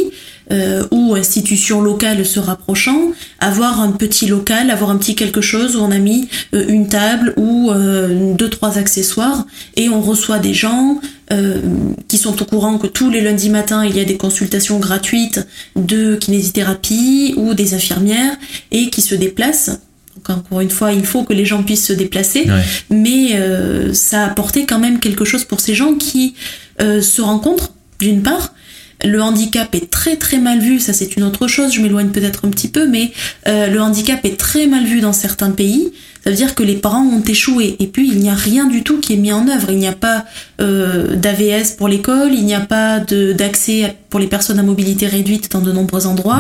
ou institutions locales se rapprochant, avoir un petit local, avoir un petit quelque chose où on a mis une table ou 2-3 accessoires, et on reçoit des gens qui sont au courant que tous les lundis matins il y a des consultations gratuites de kinésithérapie ou des infirmières, et qui se déplacent. Donc encore une fois, il faut que les gens puissent se déplacer, mais ça a apporté quand même quelque chose pour ces gens qui se rencontrent, d'une part. Le handicap est très très mal vu, ça c'est une autre chose, je m'éloigne peut-être un petit peu, mais le handicap est très mal vu dans certains pays. Ça veut dire que les parents ont échoué, et puis il n'y a rien du tout qui est mis en œuvre. Il n'y a pas d'AVS pour l'école, il n'y a pas d'accès pour les personnes à mobilité réduite dans de nombreux endroits.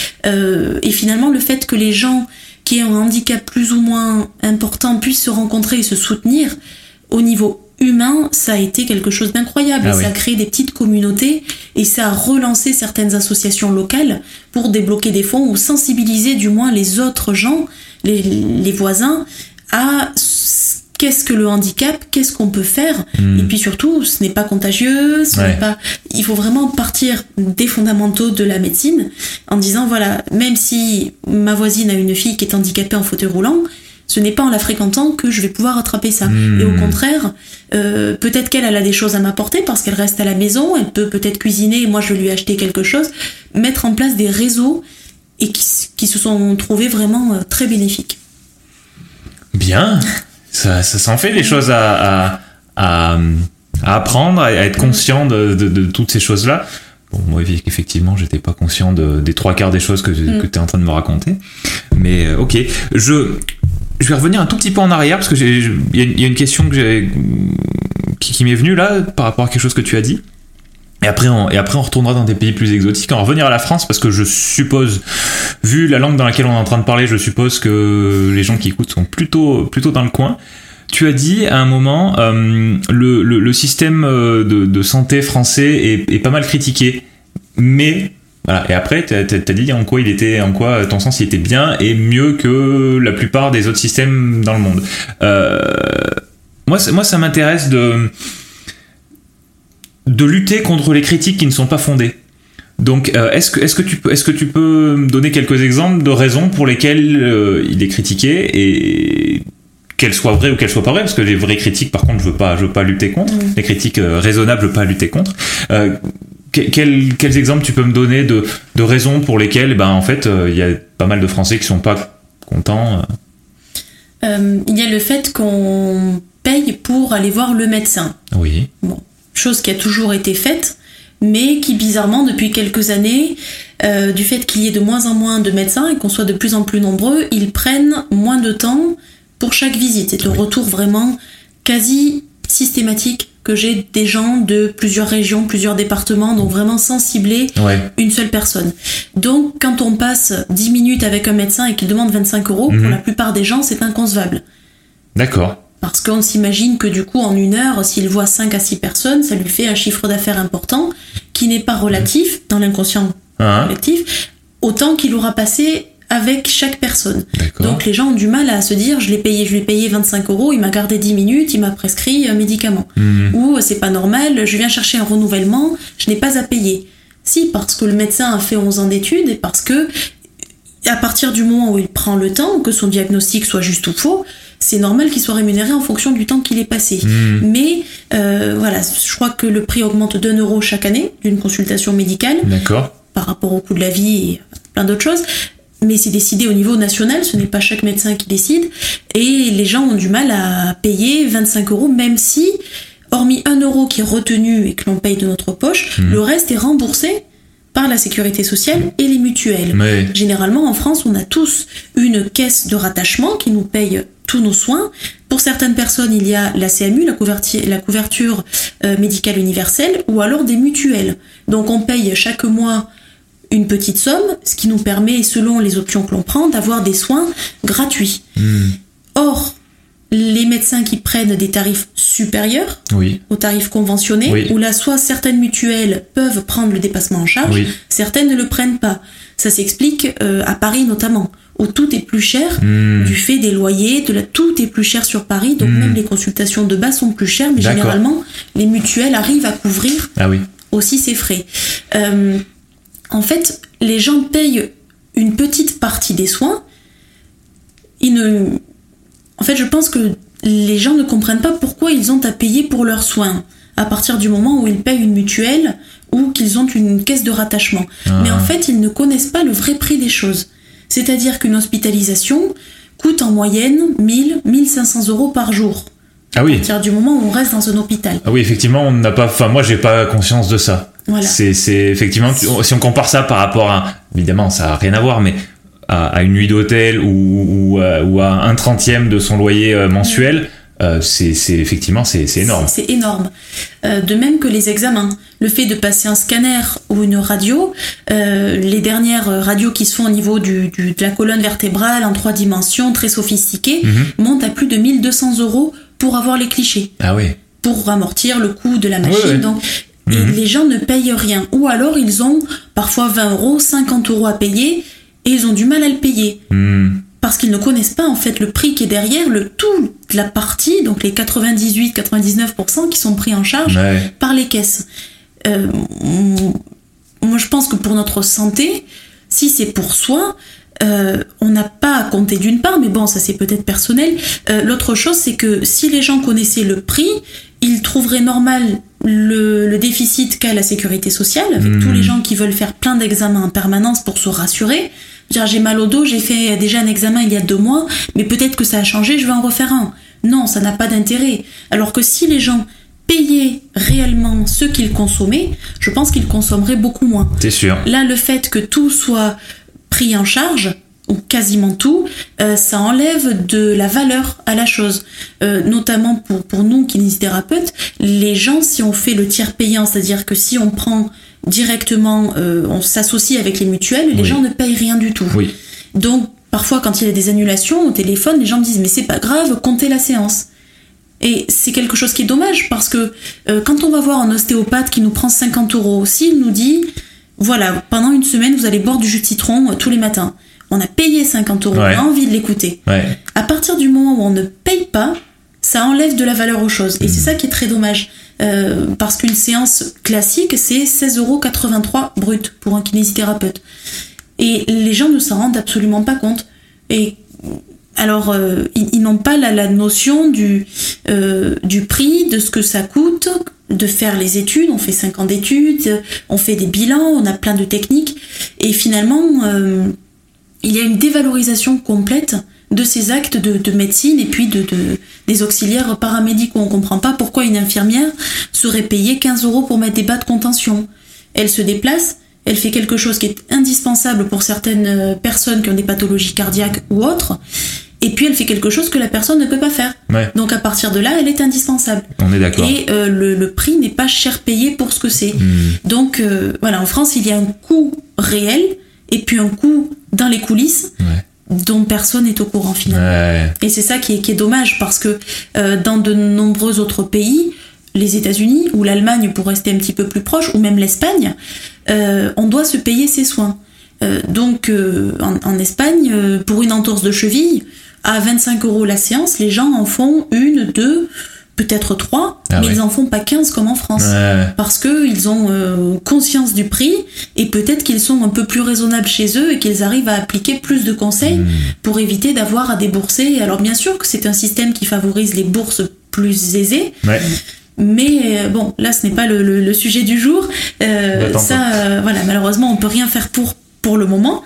Et finalement, le fait que les gens qui ont un handicap plus ou moins important puissent se rencontrer et se soutenir au niveau humain, ça a été quelque chose d'incroyable. Ça a créé des petites communautés et ça a relancé certaines associations locales pour débloquer des fonds ou sensibiliser du moins les autres gens, les voisins, à qu'est-ce que le handicap, qu'est-ce qu'on peut faire. Et puis surtout, ce n'est pas contagieux, il faut vraiment partir des fondamentaux de la médecine en disant voilà, même si ma voisine a une fille qui est handicapée en fauteuil roulant, ce n'est pas en la fréquentant que je vais pouvoir attraper ça. Et au contraire, peut-être qu'elle a des choses à m'apporter parce qu'elle reste à la maison, elle peut peut-être cuisiner et moi je vais lui acheter quelque chose, mettre en place des réseaux et qui se sont trouvés vraiment très bénéfiques. Bien, ça en fait des choses à apprendre, à être conscient de toutes ces choses-là. Bon, moi, effectivement, j'étais pas conscient des 3/4 des choses que tu es en train de me raconter. Mais ok, je vais revenir un tout petit peu en arrière parce que il y a une question qui m'est venue là par rapport à quelque chose que tu as dit. Et après on retournera dans des pays plus exotiques. On va revenir à la France parce que je suppose, vu la langue dans laquelle on est en train de parler, je suppose que les gens qui écoutent sont plutôt dans le coin. Tu as dit à un moment le système de santé français est pas mal critiqué, mais voilà. Et après t'as dit en quoi ton sens il était bien et mieux que la plupart des autres systèmes dans le monde. Moi ça m'intéresse de lutter contre les critiques qui ne sont pas fondées. Donc est-ce que tu peux me donner quelques exemples de raisons pour lesquelles il est critiqué, et qu'elles soient vraies ou qu'elles soient pas vraies, parce que les vraies critiques par contre je veux pas lutter contre, les critiques raisonnables je veux pas lutter contre. Quels exemples tu peux me donner de raisons pour lesquelles en fait il y a pas mal de Français qui sont pas contents? Il y a le fait qu'on paye pour aller voir le médecin. Oui. Bon, chose qui a toujours été faite, mais qui bizarrement depuis quelques années, du fait qu'il y ait de moins en moins de médecins et qu'on soit de plus en plus nombreux, ils prennent moins de temps pour chaque visite. C'est le retour vraiment quasi systématique que j'ai des gens de plusieurs régions, plusieurs départements, donc vraiment sans cibler une seule personne. Donc quand on passe 10 minutes avec un médecin et qu'il demande 25 €, pour la plupart des gens, c'est inconcevable. D'accord. Parce qu'on s'imagine que du coup, en 1 heure, s'il voit 5 à 6 personnes, ça lui fait un chiffre d'affaires important qui n'est pas relatif dans l'inconscient collectif, autant qu'il aura passé avec chaque personne. D'accord. Donc les gens ont du mal à se dire je l'ai payé 25 €, il m'a gardé 10 minutes, il m'a prescrit un médicament. Ou c'est pas normal, je viens chercher un renouvellement, je n'ai pas à payer. Si, parce que le médecin a fait 11 ans d'études et parce que à partir du moment où il prend le temps, que son diagnostic soit juste ou faux, c'est normal qu'il soit rémunéré en fonction du temps qu'il est passé. Mais voilà, je crois que le prix augmente d'1 € chaque année d'une consultation médicale. D'accord. Par rapport au coût de la vie et plein d'autres choses. Mais c'est décidé au niveau national, ce n'est pas chaque médecin qui décide. Et les gens ont du mal à payer 25 €, même si, hormis 1 € qui est retenu et que l'on paye de notre poche, le reste est remboursé par la sécurité sociale et les mutuelles. Mais... Généralement, en France, on a tous une caisse de rattachement qui nous paye tous nos soins. Pour certaines personnes, il y a la CMU, la couverture médicale universelle, ou alors des mutuelles. Donc on paye chaque mois une petite somme, ce qui nous permet, selon les options que l'on prend, d'avoir des soins gratuits. Or, les médecins qui prennent des tarifs supérieurs aux tarifs conventionnés, où là, soit certaines mutuelles peuvent prendre le dépassement en charge, certaines ne le prennent pas. Ça s'explique à Paris notamment, où tout est plus cher du fait des loyers, tout est plus cher sur Paris, donc même les consultations de base sont plus chères, mais généralement, les mutuelles arrivent à couvrir aussi ces frais. En fait, les gens payent une petite partie des soins. En fait, je pense que les gens ne comprennent pas pourquoi ils ont à payer pour leurs soins à partir du moment où ils payent une mutuelle ou qu'ils ont une caisse de rattachement. Mais en fait, ils ne connaissent pas le vrai prix des choses. C'est-à-dire qu'une hospitalisation coûte en moyenne 1 500 € par jour. Ah oui. À partir du moment où on reste dans un hôpital. Ah oui, effectivement, on n'a pas. Enfin, moi, j'ai pas conscience de ça. Voilà. C'est effectivement, si on compare ça par rapport à, évidemment, ça n'a rien à voir, mais à une nuit d'hôtel ou à 1/30 de son loyer mensuel, c'est effectivement, c'est énorme. C'est énorme. De même que les examens. Le fait de passer un scanner ou une radio, les dernières radios qui se font au niveau de la colonne vertébrale en 3 dimensions, très sophistiquées, montent à plus de 1 200 € pour avoir les clichés. Ah oui. Pour amortir le coût de la machine. Donc, et les gens ne payent rien. Ou alors, ils ont parfois 20 €, 50 € à payer, et ils ont du mal à le payer. Parce qu'ils ne connaissent pas, en fait, le prix qui est derrière, toute la partie, donc les 98-99% qui sont pris en charge par les caisses. Moi, je pense que pour notre santé, si c'est pour soi, on n'a pas à compter d'une part, mais bon, ça c'est peut-être personnel. L'autre chose, c'est que si les gens connaissaient le prix, ils trouveraient normal le déficit qu'a la sécurité sociale, avec tous les gens qui veulent faire plein d'examens en permanence pour se rassurer. Dire, j'ai mal au dos, j'ai fait déjà un examen il y a 2 mois, mais peut-être que ça a changé, je vais en refaire un. Non, ça n'a pas d'intérêt. Alors que si les gens payaient réellement ce qu'ils consommaient, je pense qu'ils consommeraient beaucoup moins. C'est sûr. Là, le fait que tout soit pris en charge, ou quasiment tout, ça enlève de la valeur à la chose. Notamment pour nous, kinésithérapeutes, les gens, si on fait le tiers payant, c'est-à-dire que si on prend directement, on s'associe avec les mutuelles, les gens ne payent rien du tout. Donc, parfois, quand il y a des annulations au téléphone, les gens me disent « mais c'est pas grave, comptez la séance ». Et c'est quelque chose qui est dommage, parce que quand on va voir un ostéopathe qui nous prend 50 €, s'il nous dit « voilà, pendant 1 semaine, vous allez boire du jus de citron tous les matins », on a payé 50 €, on a envie de l'écouter. À partir du moment où on ne paye pas, ça enlève de la valeur aux choses. Et c'est ça qui est très dommage. Parce qu'une séance classique, c'est 16,83 € brut pour un kinésithérapeute. Et les gens ne s'en rendent absolument pas compte. Et alors, ils n'ont pas la notion du prix, de ce que ça coûte, de faire les études. On fait 5 ans d'études, on fait des bilans, on a plein de techniques. Et finalement, il y a une dévalorisation complète de ces actes de médecine et puis des auxiliaires paramédicaux. On comprend pas pourquoi une infirmière serait payée 15 € pour mettre des bas de contention. Elle se déplace, elle fait quelque chose qui est indispensable pour certaines personnes qui ont des pathologies cardiaques ou autres, et puis elle fait quelque chose que la personne ne peut pas faire. Ouais. Donc à partir de là, elle est indispensable. On est d'accord. Et le prix n'est pas cher payé pour ce que c'est. Donc voilà, en France, il y a un coût réel et puis un coût dans les coulisses dont personne n'est au courant finalement. Ouais. Et c'est ça qui est dommage parce que dans de nombreux autres pays, les États-Unis ou l'Allemagne pour rester un petit peu plus proche, ou même l'Espagne, on doit se payer ses soins. Donc en Espagne, pour une entorse de cheville, à 25 € la séance, les gens en font 1, 2, peut-être 3, mais ils en font pas 15 comme en France. Parce qu'ils ont conscience du prix et peut-être qu'ils sont un peu plus raisonnables chez eux et qu'ils arrivent à appliquer plus de conseils pour éviter d'avoir à débourser. Alors bien sûr que c'est un système qui favorise les bourses plus aisées. Mais bon, là ce n'est pas le sujet du jour. Voilà, malheureusement on peut rien faire pour le moment.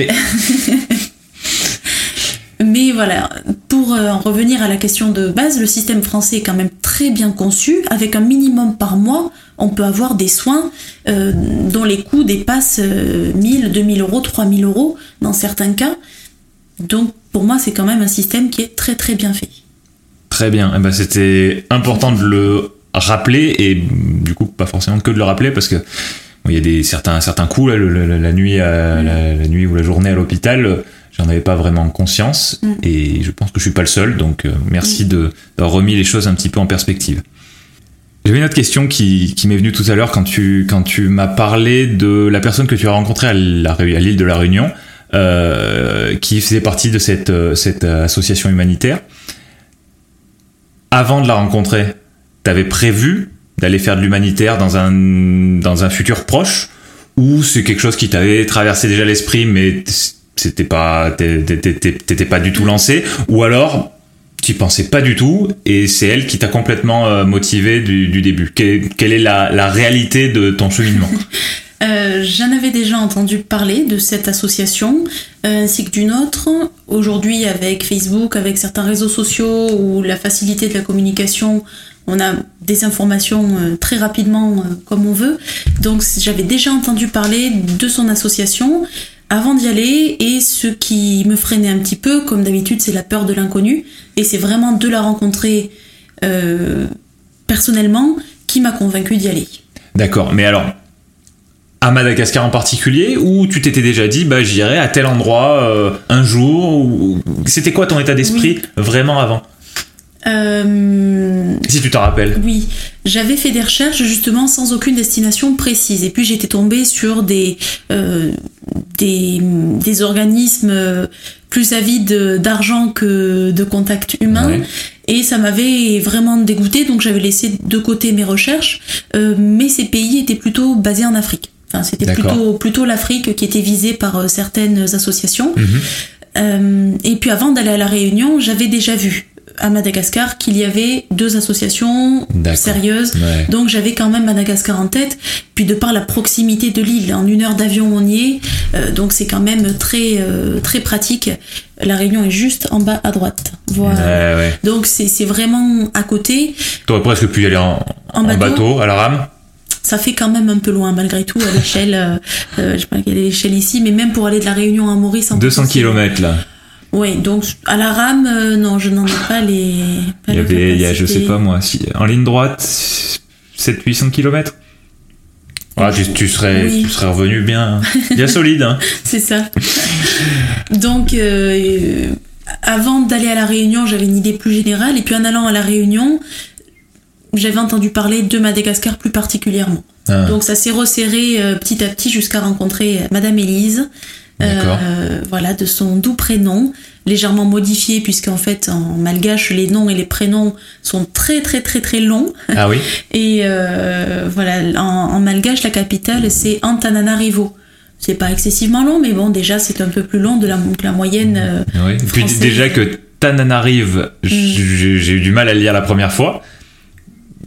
Mais voilà, pour en revenir à la question de base, le système français est quand même très bien conçu. Avec un minimum par mois, on peut avoir des soins dont les coûts dépassent 1000, 2000 €, 3000 € dans certains cas. Donc pour moi, c'est quand même un système qui est très très bien fait. Très bien. Et c'était important de le rappeler, et du coup, pas forcément que de le rappeler, parce que il y a certains coups, là, la nuit ou la journée à l'hôpital, j'en avais pas vraiment conscience, et je pense que je suis pas le seul, donc merci d'avoir remis les choses un petit peu en perspective. J'avais une autre question qui m'est venue tout à l'heure quand tu m'as parlé de la personne que tu as rencontrée à l'île de la Réunion, qui faisait partie de cette association humanitaire. Avant de la rencontrer, t'avais prévu d'aller faire de l'humanitaire dans un futur proche, ou c'est quelque chose qui t'avait traversé déjà l'esprit, mais t'étais pas du tout lancé, ou alors tu pensais pas du tout et c'est elle qui t'a complètement motivé du début? Quelle est la réalité de ton cheminement? J'en avais déjà entendu parler de cette association ainsi que d'une autre. Aujourd'hui, avec Facebook, avec certains réseaux sociaux ou la facilité de la communication, on a des informations très rapidement comme on veut. Donc j'avais déjà entendu parler de son association avant d'y aller, et ce qui me freinait un petit peu, comme d'habitude, c'est la peur de l'inconnu, et c'est vraiment de la rencontrer personnellement qui m'a convaincue d'y aller. D'accord, mais alors à Madagascar en particulier, ou tu t'étais déjà dit j'irai à tel endroit un jour, ou c'était quoi ton état d'esprit vraiment avant? Si tu t'en rappelles. Oui, j'avais fait des recherches justement sans aucune destination précise, et puis j'étais tombée sur des organismes plus avides d'argent que de contacts humains, et ça m'avait vraiment dégoûtée, donc j'avais laissé de côté mes recherches, mais ces pays étaient plutôt basés en Afrique. Enfin, c'était plutôt l'Afrique qui était visée par certaines associations. Et puis avant d'aller à la Réunion, j'avais déjà vu à Madagascar qu'il y avait 2 associations sérieuses, donc j'avais quand même Madagascar en tête, puis de par la proximité de l'île, en 1 heure d'avion on y est, donc c'est quand même très, très pratique. La Réunion est juste en bas à droite, voilà. Donc c'est vraiment à côté. T'aurais presque pu y aller en bateau, à la rame. Ça fait quand même un peu loin malgré tout à l'échelle, je sais pas quelle est l'échelle ici, mais même pour aller de la Réunion à Maurice en 200 km là. Oui, donc à la rame, non, je n'en ai pas les. Il y a, je sais pas moi, en ligne droite, 700-800 km. Ah, tu serais revenu bien solide. Hein. C'est ça. Donc, avant d'aller à la Réunion, j'avais une idée plus générale, et puis en allant à la Réunion, j'avais entendu parler de Madagascar plus particulièrement. Donc ça s'est resserré petit à petit jusqu'à rencontrer Madame Élise. Voilà, de son doux prénom, légèrement modifié, puisqu'en fait en malgache les noms et les prénoms sont très très très très longs. Ah oui. Et voilà, en malgache la capitale c'est Antananarivo. C'est pas excessivement long, mais bon, déjà c'est un peu plus long que la moyenne. Oui. Puis déjà que Tananarive, j'ai eu du mal à le lire la première fois.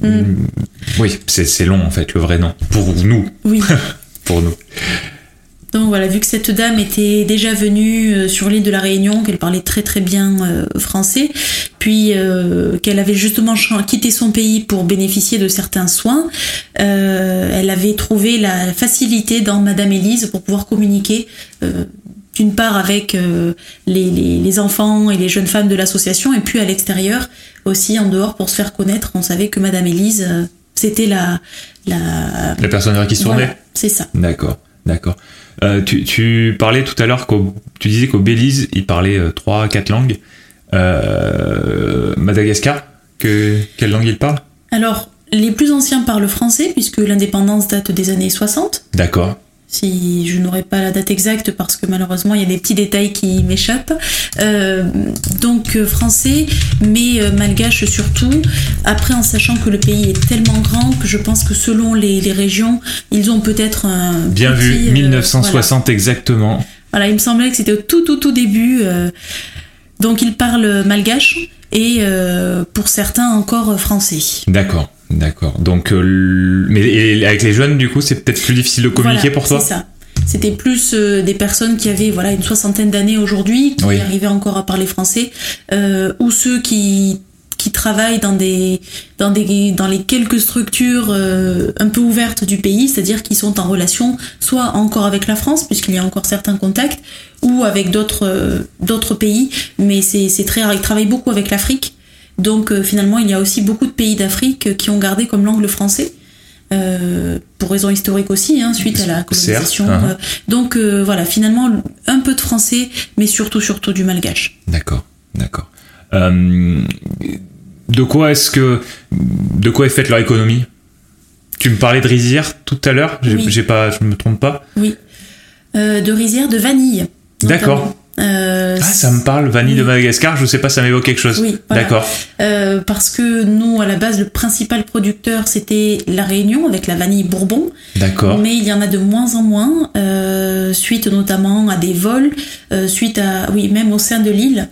Oui, c'est long en fait le vrai nom pour nous. Oui. Pour nous. Donc voilà, vu que cette dame était déjà venue sur l'île de la Réunion, qu'elle parlait très très bien français, puis qu'elle avait justement quitté son pays pour bénéficier de certains soins, elle avait trouvé la facilité dans Madame Élise pour pouvoir communiquer d'une part avec les enfants et les jeunes femmes de l'association, et puis à l'extérieur aussi, en dehors, pour se faire connaître. On savait que Madame Élise, c'était la personne vers qui se tournait. Voilà, c'est ça. D'accord. Tu parlais tout à l'heure tu disais qu'au Belize, ils parlaient 3-4 langues. Madagascar, quelle langue ils parlent? Alors, les plus anciens parlent français, puisque l'indépendance date des années 60. D'accord. Si je n'aurai pas la date exacte, parce que malheureusement il y a des petits détails qui m'échappent. Donc français, mais malgache surtout. Après, en sachant que le pays est tellement grand que je pense que selon les régions, ils ont peut-être un bien petit, vu, 1960 voilà. Exactement. Voilà, il me semblait que c'était au tout début. Donc ils parlent malgache et pour certains encore français. D'accord. Donc, mais avec les jeunes, du coup, c'est peut-être plus difficile de communiquer pour toi? C'est ça. C'était plus des personnes qui avaient une 60aine d'années aujourd'hui, qui arrivaient encore à parler français, ou ceux qui travaillent dans les quelques structures un peu ouvertes du pays, c'est-à-dire qui sont en relation soit encore avec la France, puisqu'il y a encore certains contacts, ou avec d'autres pays, mais c'est très rare. Ils travaillent beaucoup avec l'Afrique. Donc finalement, il y a aussi beaucoup de pays d'Afrique qui ont gardé comme langue le français, pour raisons historiques aussi, suite à la colonisation. Donc voilà, finalement, un peu de français, mais surtout du malgache. D'accord. De quoi est faite leur économie? Tu me parlais de rizière tout à l'heure, je me trompe pas? Oui, de rizière, de vanille. Notamment. D'accord. Ça me parle, vanille de Madagascar, je sais pas, ça m'évoque quelque chose. Oui, voilà. D'accord. Parce que nous, à la base, le principal producteur, c'était la Réunion, avec la vanille Bourbon. D'accord. Mais il y en a de moins en moins, suite notamment à des vols, même au sein de l'île.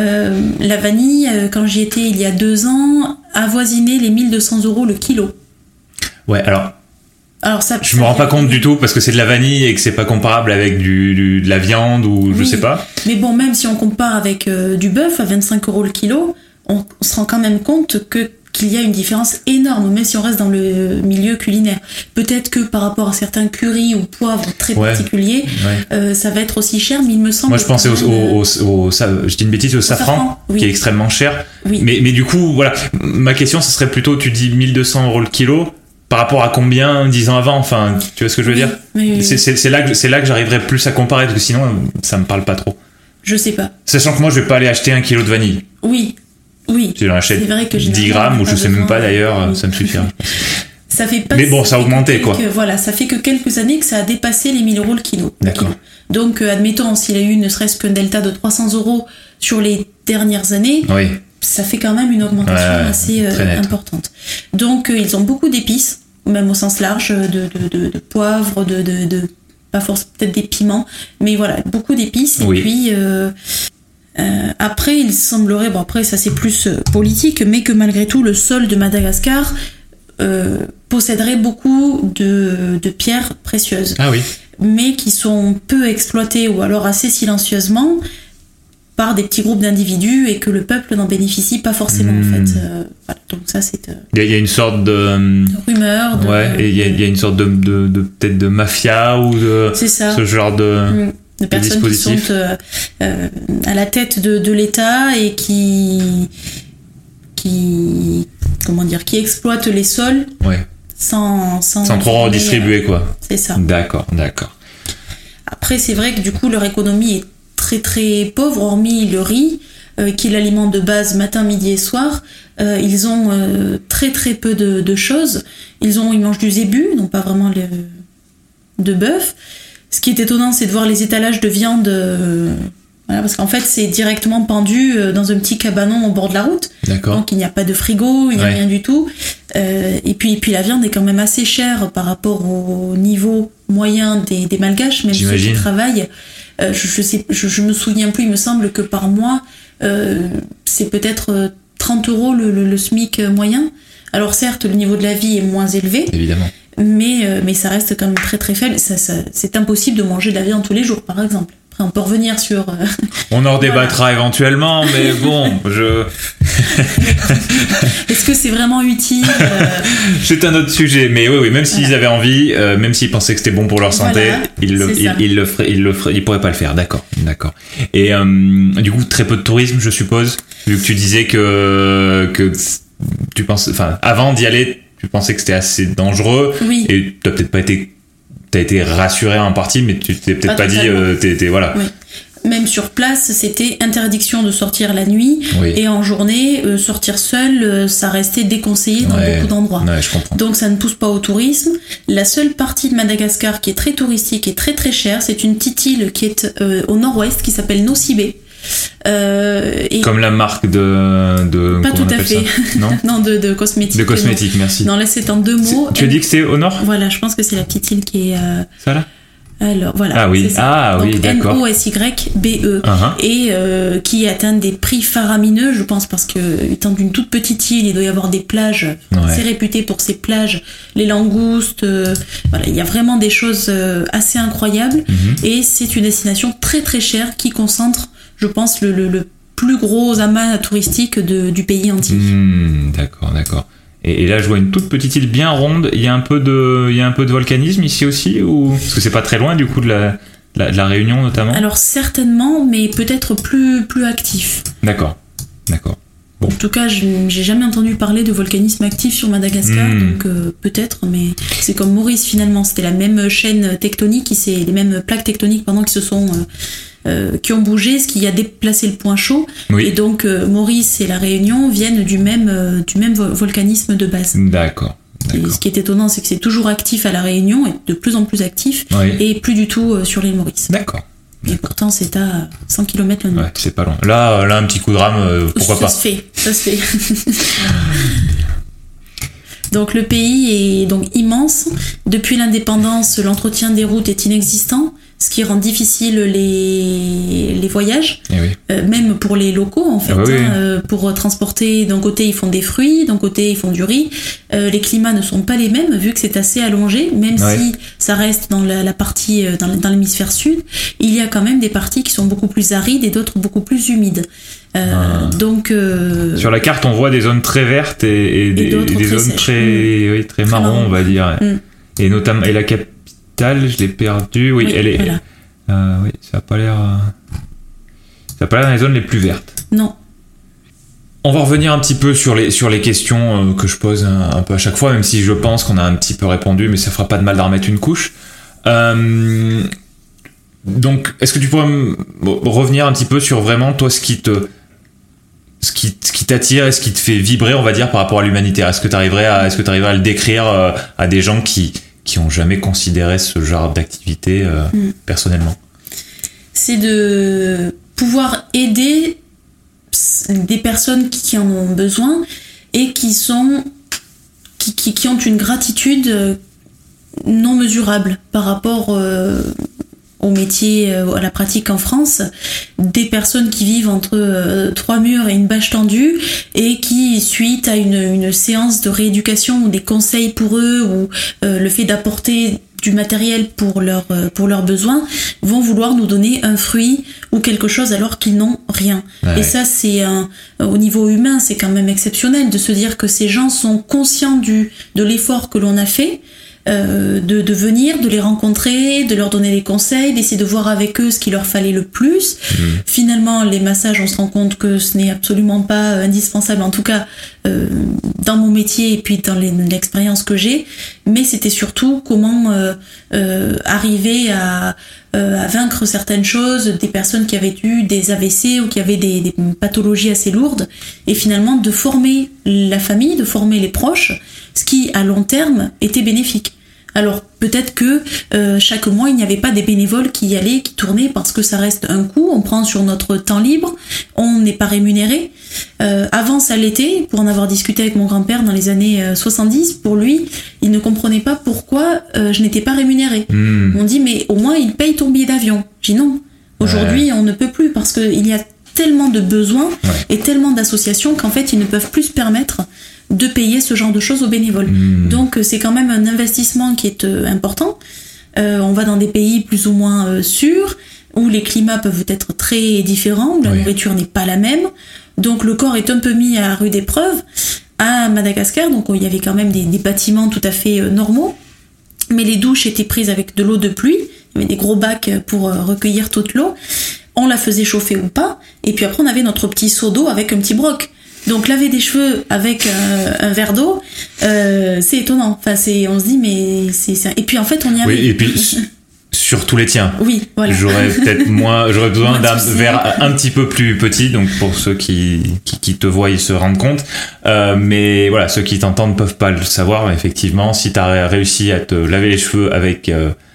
La vanille, quand j'y étais il y a 2 ans, avoisinait les 1200 € le kilo. Ouais, alors ça, je me rends pas compte du tout parce que c'est de la vanille et que c'est pas comparable avec de la viande ou je sais pas. Mais bon, même si on compare avec du bœuf à 25 € le kilo, on se rend quand même compte qu'il y a une différence énorme, même si on reste dans le milieu culinaire. Peut-être que par rapport à certains currys ou poivres très particuliers, ça va être aussi cher, mais il me semble... Moi, je pensais je dis une bêtise, au safran, qui est extrêmement cher. Oui. Mais du coup, voilà, ma question, ce serait plutôt, tu dis 1200 € le kilo, par rapport à combien 10 ans avant, enfin, tu vois ce que je veux dire? Oui. C'est là que j'arriverais plus à comparer, parce que sinon, ça me parle pas trop. Je sais pas. Sachant que moi, je vais pas aller acheter 1 kilo de vanille. Oui. Si j'en achète 10 grammes, ou je sais même pas d'ailleurs, ça me suffira. Ça fait pas. Mais bon, ça a augmenté, quoi. Voilà, ça fait que quelques années que ça a dépassé les 1000 € le kilo. D'accord. Donc, admettons, s'il a eu ne serait-ce qu'un delta de 300 € sur les dernières années, ça fait quand même une augmentation assez importante. Donc, ils ont beaucoup d'épices, même au sens large, de poivre, pas forcément peut-être des piments, mais voilà, beaucoup d'épices. Et puis, après, il semblerait, après ça c'est plus politique, mais que malgré tout, le sol de Madagascar posséderait beaucoup de pierres précieuses. Ah oui. Mais qui sont peu exploitées ou alors assez silencieusement par des petits groupes d'individus et que le peuple n'en bénéficie pas forcément en fait. Voilà, donc ça c'est... Il y a une sorte de rumeur. Et il y a une sorte de peut-être de mafia ou de... C'est ça. Ce genre de personnes qui sont à la tête de l'État et qui exploitent les sols sans trop redistribuer quoi. C'est ça. D'accord. Après c'est vrai que du coup leur économie est très très pauvre, hormis le riz qui est l'aliment de base matin, midi et soir. Ils ont très très peu de choses. Ils mangent du zébu, donc pas vraiment de bœuf. Ce qui est étonnant, c'est de voir les étalages de viande, parce qu'en fait, c'est directement pendu dans un petit cabanon au bord de la route. D'accord. Donc, il n'y a pas de frigo, il n'y a rien du tout. Et puis la viande est quand même assez chère par rapport au niveau moyen des Malgaches, même ceux qui travaillent. Je me souviens plus, il me semble que par mois, c'est peut-être 30 € le SMIC moyen. Alors certes, le niveau de la vie est moins élevé. Évidemment. mais ça reste quand même très très faible. C'est impossible de manger de la viande tous les jours, par exemple. Après, on peut revenir sur... On en redébattra éventuellement, mais bon, Est-ce que c'est vraiment utile C'est un autre sujet, mais oui, même s'ils avaient envie, même s'ils pensaient que c'était bon pour leur santé, ils pourraient pas le faire, d'accord. Et du coup, très peu de tourisme, je suppose, vu que tu disais que tu penses, enfin, avant d'y aller, tu pensais que c'était assez dangereux, et t'as peut-être pas été... T'as été rassuré en partie, mais tu t'es peut-être pas dit... voilà. Oui. Même sur place, c'était interdiction de sortir la nuit, et en journée, sortir seul, ça restait déconseillé dans beaucoup d'endroits. Ouais, je comprends. Donc ça ne pousse pas au tourisme. La seule partie de Madagascar qui est très touristique et très très chère, c'est une petite île qui est au nord-ouest, qui s'appelle Nosibé. Comme la marque de pas tout à fait. Non, de cosmétiques. De cosmétiques, merci. Non, là c'est en 2 mots. Tu as dit que c'est au nord ? Voilà, je pense que c'est la petite île qui est... Ça là ? Alors voilà. Ah oui, donc, d'accord. Nosybé, et qui atteint des prix faramineux, je pense, parce que étant d'une toute petite île, il doit y avoir des plages. C'est réputé pour ses plages, les langoustes. Il y a vraiment des choses assez incroyables, et c'est une destination très très chère qui concentre, je pense, le plus gros amas touristique du pays entier. D'accord. Et là, je vois une toute petite île bien ronde. Il y a un peu de volcanisme ici aussi, ou parce que c'est pas très loin du coup de la Réunion notamment. Alors certainement, mais peut-être plus actif. D'accord. Bon. En tout cas, j'ai jamais entendu parler de volcanisme actif sur Madagascar, donc peut-être, mais c'est comme Maurice finalement. C'était la même chaîne tectonique, les mêmes plaques tectoniques qui se sont qui ont bougé, ce qui a déplacé le point chaud. Et donc Maurice et la Réunion viennent du même volcanisme de base. D'accord. Et ce qui est étonnant, c'est que c'est toujours actif à la Réunion, et de plus en plus actif, et plus du tout sur l'île Maurice. D'accord. Et pourtant, c'est à 100 km la nuit. Ouais, c'est pas loin. Là, un petit coup de rame, pourquoi pas. Ça se fait. Donc le pays est donc immense. Depuis l'indépendance, l'entretien des routes est inexistant, ce qui rend difficile les voyages, même pour les locaux en fait. Pour transporter, d'un côté ils font des fruits, d'un côté ils font du riz. Les climats ne sont pas les mêmes vu que c'est assez allongé, même si ça reste dans la partie dans l'hémisphère sud, il y a quand même des parties qui sont beaucoup plus arides et d'autres beaucoup plus humides. Donc sur la carte on voit des zones très vertes et des zones sèches. très marron on va dire. Et notamment la capitale, je l'ai perdue. Elle est. Voilà. Ça n'a pas l'air dans les zones les plus vertes. Non. On va revenir un petit peu sur les questions que je pose un peu à chaque fois, même si je pense qu'on a un petit peu répondu, mais ça fera pas de mal d'en remettre une couche. Donc, est-ce que tu pourrais revenir un petit peu sur vraiment toi ce qui t'attire et ce qui te fait vibrer, on va dire, par rapport à l'humanitaire? Est-ce que tu arriverais à le décrire à des gens qui ont jamais considéré ce genre d'activité personnellement? C'est de pouvoir aider des personnes qui en ont besoin et qui ont une gratitude non mesurable par rapport au métier, à la pratique en France, des personnes qui vivent entre 3 murs et une bâche tendue et qui, suite à une séance de rééducation ou des conseils pour eux ou le fait d'apporter du matériel pour leurs besoins, vont vouloir nous donner un fruit ou quelque chose alors qu'ils n'ont rien. Et ça, c'est au niveau humain, c'est quand même exceptionnel de se dire que ces gens sont conscients de l'effort que l'on a fait, de venir, de les rencontrer, de leur donner des conseils, d'essayer de voir avec eux ce qu'il leur fallait le plus. Finalement, les massages, on se rend compte que ce n'est absolument pas indispensable, en tout cas dans mon métier et puis dans l'expérience que j'ai, mais c'était surtout comment arriver à vaincre certaines choses, des personnes qui avaient eu des AVC ou qui avaient des pathologies assez lourdes, et finalement de former la famille, de former les proches, ce qui à long terme était bénéfique. Alors peut-être que chaque mois il n'y avait pas des bénévoles qui y allaient, qui tournaient, parce que ça reste un coût, on prend sur notre temps libre, on n'est pas rémunéré. Avant ça l'était, pour en avoir discuté avec mon grand-père dans les années 70, pour lui il ne comprenait pas pourquoi je n'étais pas rémunérée. On dit mais au moins il paye ton billet d'avion. J'ai dit non, aujourd'hui on ne peut plus, parce qu'il y a tellement de besoins et tellement d'associations qu'en fait ils ne peuvent plus se permettre de payer ce genre de choses aux bénévoles. Donc c'est quand même un investissement qui est important. On va dans des pays plus ou moins sûrs, où les climats peuvent être très différents, où la nourriture n'est pas la même. Donc le corps est un peu mis à rude épreuve. À Madagascar, donc il y avait quand même des bâtiments tout à fait normaux, mais les douches étaient prises avec de l'eau de pluie. Il y avait des gros bacs pour recueillir toute l'eau. On la faisait chauffer ou pas, et puis après on avait notre petit seau d'eau avec un petit broc. Donc laver des cheveux avec un verre d'eau, c'est étonnant. Enfin, on se dit mais c'est... Et puis en fait on y arrive. Oui, et puis sur tous les tiens. Oui, voilà. J'aurais besoin d'un verre un petit peu plus petit, donc pour ceux qui te voient, ils se rendent compte. Mais voilà, ceux qui t'entendent peuvent pas le savoir. Mais effectivement, si t'as réussi à te laver les cheveux avec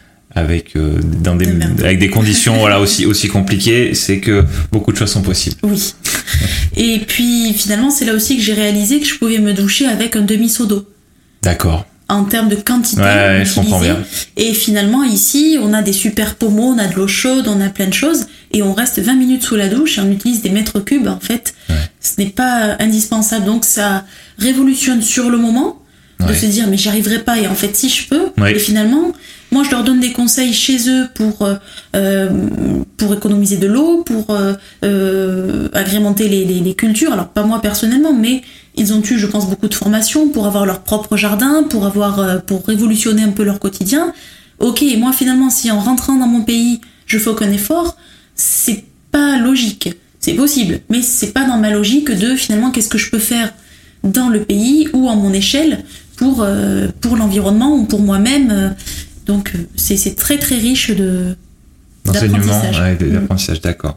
des conditions voilà aussi compliquées, c'est que beaucoup de choses sont possibles. Oui. Et puis finalement, c'est là aussi que j'ai réalisé que je pouvais me doucher avec un demi-seau d'eau. D'accord. En termes de quantité utilisée. Je comprends bien. Et finalement, ici, on a des super pommeaux, on a de l'eau chaude, on a plein de choses, et on reste 20 minutes sous la douche et on utilise des mètres cubes. En fait, ce n'est pas indispensable. Donc ça révolutionne sur le moment de se dire mais j'y arriverai pas, et en fait si je peux. Et finalement, moi je leur donne des conseils chez eux pour économiser de l'eau, pour agrémenter les cultures. Alors pas moi personnellement, mais ils ont eu, je pense, beaucoup de formations pour avoir leur propre jardin, pour révolutionner un peu leur quotidien. Ok, moi finalement, si en rentrant dans mon pays, je fais aucun effort, c'est pas logique. C'est possible, mais c'est pas dans ma logique de finalement qu'est-ce que je peux faire dans le pays ou à mon échelle pour l'environnement ou pour moi-même. Donc c'est très très riche d'apprentissage. D'apprentissage, d'accord.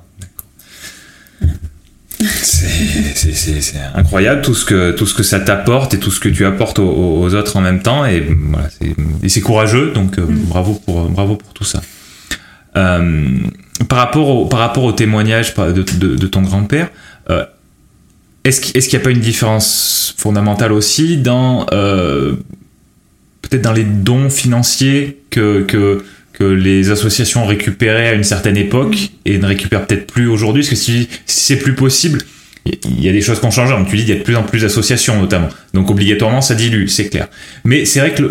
C'est incroyable tout ce que ça t'apporte et tout ce que tu apportes aux autres en même temps, et voilà, c'est courageux, donc bravo pour tout ça. Par rapport au témoignage de ton grand-père, est-ce qu'il n'y a pas une différence fondamentale aussi dans peut-être dans les dons financiers que les associations récupéraient à une certaine époque et ne récupèrent peut-être plus aujourd'hui? Parce que si c'est plus possible, il y a des choses qui ont changé. Donc tu dis il y a de plus en plus d'associations notamment. Donc obligatoirement ça dilue, c'est clair. Mais c'est vrai que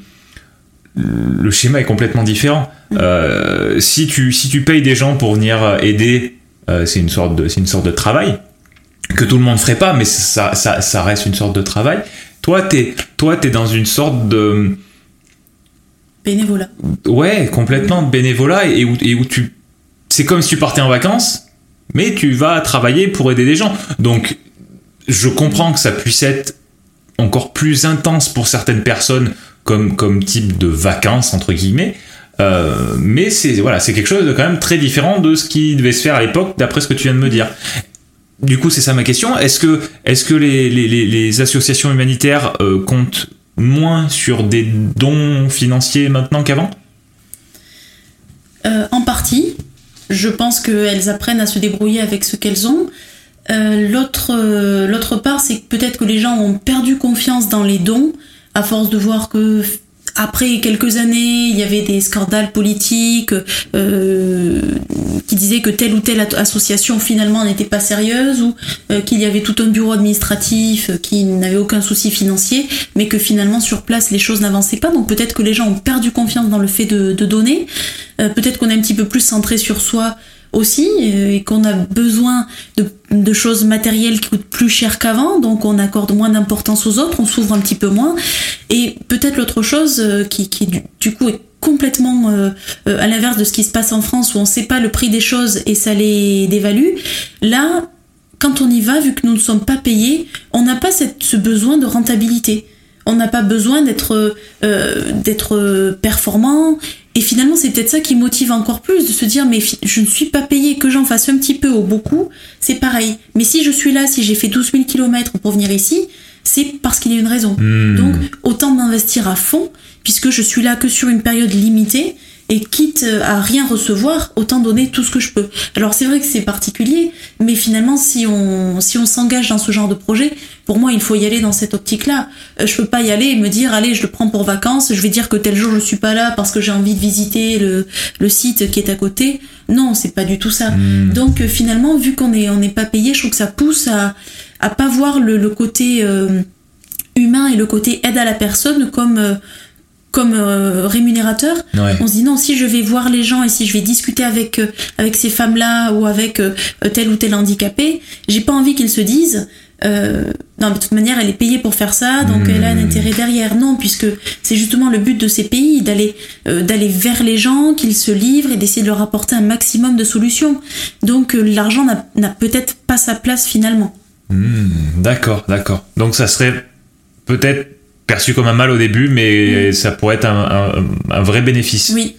le schéma est complètement différent. Si tu payes des gens pour venir aider, c'est une sorte de travail que tout le monde ferait pas, mais ça reste une sorte de travail. Toi t'es dans une sorte de bénévolat. Ouais, complètement de bénévolat, et où c'est comme si tu partais en vacances, mais tu vas travailler pour aider des gens. Donc, je comprends que ça puisse être encore plus intense pour certaines personnes comme type de vacances, entre guillemets, mais c'est quelque chose de quand même très différent de ce qui devait se faire à l'époque, d'après ce que tu viens de me dire. Du coup, c'est ça ma question. Est-ce que les associations humanitaires comptent moins sur des dons financiers maintenant qu'avant ? En partie. Je pense qu'elles apprennent à se débrouiller avec ce qu'elles ont. L'autre part, c'est que peut-être que les gens ont perdu confiance dans les dons à force de voir que après quelques années, il y avait des scandales politiques qui disaient que telle ou telle association finalement n'était pas sérieuse, ou qu'il y avait tout un bureau administratif qui n'avait aucun souci financier, mais que finalement sur place les choses n'avançaient pas. Donc peut-être que les gens ont perdu confiance dans le fait de donner. Peut-être qu'on est un petit peu plus centré sur soi aussi, et qu'on a besoin de choses matérielles qui coûtent plus cher qu'avant, donc on accorde moins d'importance aux autres, on s'ouvre un petit peu moins. Et peut-être l'autre chose qui du coup est complètement à l'inverse de ce qui se passe en France, où on sait pas le prix des choses et ça les dévalue. Là, quand on y va, vu que nous ne sommes pas payés, on n'a pas ce besoin de rentabilité. On n'a pas besoin d'être performant. Et finalement, c'est peut-être ça qui motive encore plus, de se dire mais je ne suis pas payé, que j'en fasse un petit peu ou beaucoup, c'est pareil. Mais si je suis là, si j'ai fait 12 000 km pour venir ici, c'est parce qu'il y a une raison. Donc, autant m'investir à fond, puisque je suis là que sur une période limitée, et quitte à rien recevoir, autant donner tout ce que je peux. Alors c'est vrai que c'est particulier, mais finalement si on s'engage dans ce genre de projet, pour moi il faut y aller dans cette optique-là. Je peux pas y aller et me dire allez je le prends pour vacances, je vais dire que tel jour je suis pas là parce que j'ai envie de visiter le site qui est à côté. Non, c'est pas du tout ça. Donc finalement vu qu'on n'est pas payé, je trouve que ça pousse à pas voir le côté humain et le côté aide à la personne comme rémunérateur. Ouais. On se dit non, si je vais voir les gens et si je vais discuter avec ces femmes-là ou avec tel ou tel handicapé, j'ai pas envie qu'ils se disent non, mais de toute manière elle est payée pour faire ça, donc elle a un intérêt derrière. Non, puisque c'est justement le but de ces pays, d'aller vers les gens, qu'ils se livrent et d'essayer de leur apporter un maximum de solutions. Donc l'argent n'a peut-être pas sa place finalement. D'accord. Donc ça serait peut-être perçu comme un mal au début, mais ça pourrait être un vrai bénéfice. Oui.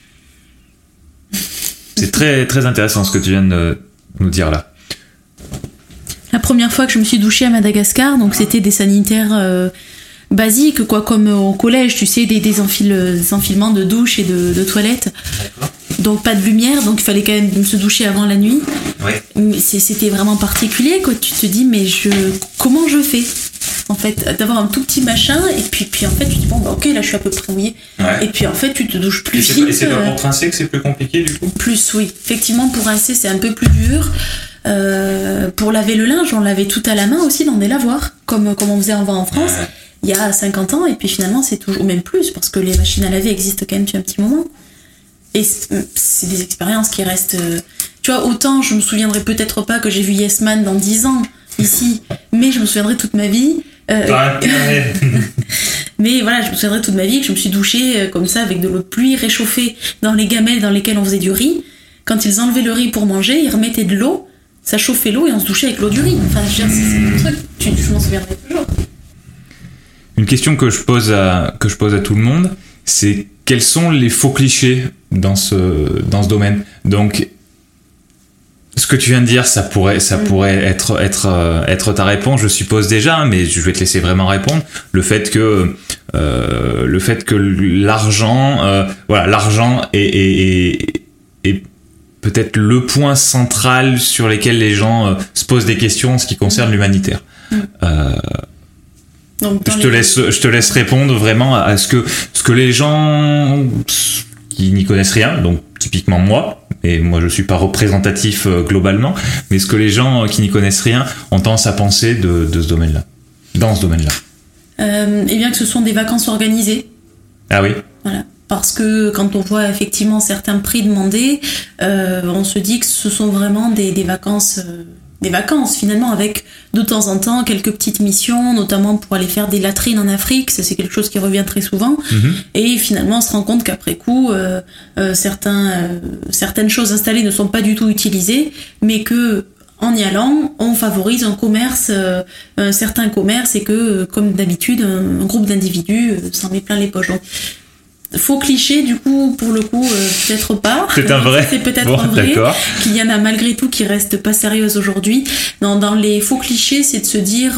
C'est très, très intéressant ce que tu viens de nous dire là. La première fois que je me suis douchée à Madagascar, donc c'était des sanitaires basiques, quoi, comme au collège, tu sais, des enfilements de douche et de toilettes. D'accord. Donc pas de lumière, donc il fallait quand même se doucher avant la nuit. Ouais. Mais c'était vraiment particulier, quoi. Tu te dis, mais comment je fais ? En fait, d'avoir un tout petit machin, et puis en fait, tu te dis, bon, bah ok, là je suis à peu près mouillée. Ouais. Et puis en fait, tu te douches plus vite. Et c'est pas pour rincer que c'est plus compliqué du coup ? Plus, oui. Effectivement, pour rincer, c'est un peu plus dur. Pour laver le linge, on lavait tout à la main aussi dans des lavoirs, comme on faisait avant en France, il y a 50 ans, et puis finalement, c'est toujours, ou même plus, parce que les machines à laver existent quand même depuis un petit moment. Et c'est des expériences qui restent... tu vois, autant je me souviendrai peut-être pas que j'ai vu Yes Man dans 10 ans, ici, mais je me souviendrai toute ma vie... mais voilà, je me souviendrai toute ma vie que je me suis douchée comme ça avec de l'eau de pluie réchauffée dans les gamelles dans lesquelles on faisait du riz. Quand ils enlevaient le riz pour manger, ils remettaient de l'eau, ça chauffait l'eau et on se douchait avec l'eau du riz. Enfin, c'est un truc, je m'en souviendrai toujours. Une question que je pose à tout le monde, c'est quels sont les faux clichés dans ce domaine ? Donc, ce que tu viens de dire, ça pourrait être ta réponse, je suppose déjà, mais je vais te laisser vraiment répondre. Le fait que l'argent est peut-être le point central sur lequel les gens se posent des questions en ce qui concerne l'humanitaire. Donc, je te laisse répondre vraiment à ce que les gens qui n'y connaissent rien, donc typiquement moi, et moi je suis pas représentatif globalement, mais ce que les gens qui n'y connaissent rien ont tendance à penser de ce domaine-là, dans ce domaine-là. Eh bien que ce sont des vacances organisées. Ah oui. Voilà. Parce que quand on voit effectivement certains prix demandés, on se dit que ce sont vraiment des vacances finalement, avec de temps en temps quelques petites missions, notamment pour aller faire des latrines en Afrique. Ça, c'est quelque chose qui revient très souvent. Et finalement on se rend compte qu'après coup certaines choses installées ne sont pas du tout utilisées, mais que en y allant, on favorise un certain commerce, et que, comme d'habitude, un groupe d'individus s'en met plein les poches. Donc, faux cliché, du coup, pour le coup, peut-être pas. C'est un vrai. C'est peut-être un vrai. D'accord. Qu'il y en a malgré tout qui restent pas sérieuses aujourd'hui. Dans les faux clichés, c'est de se dire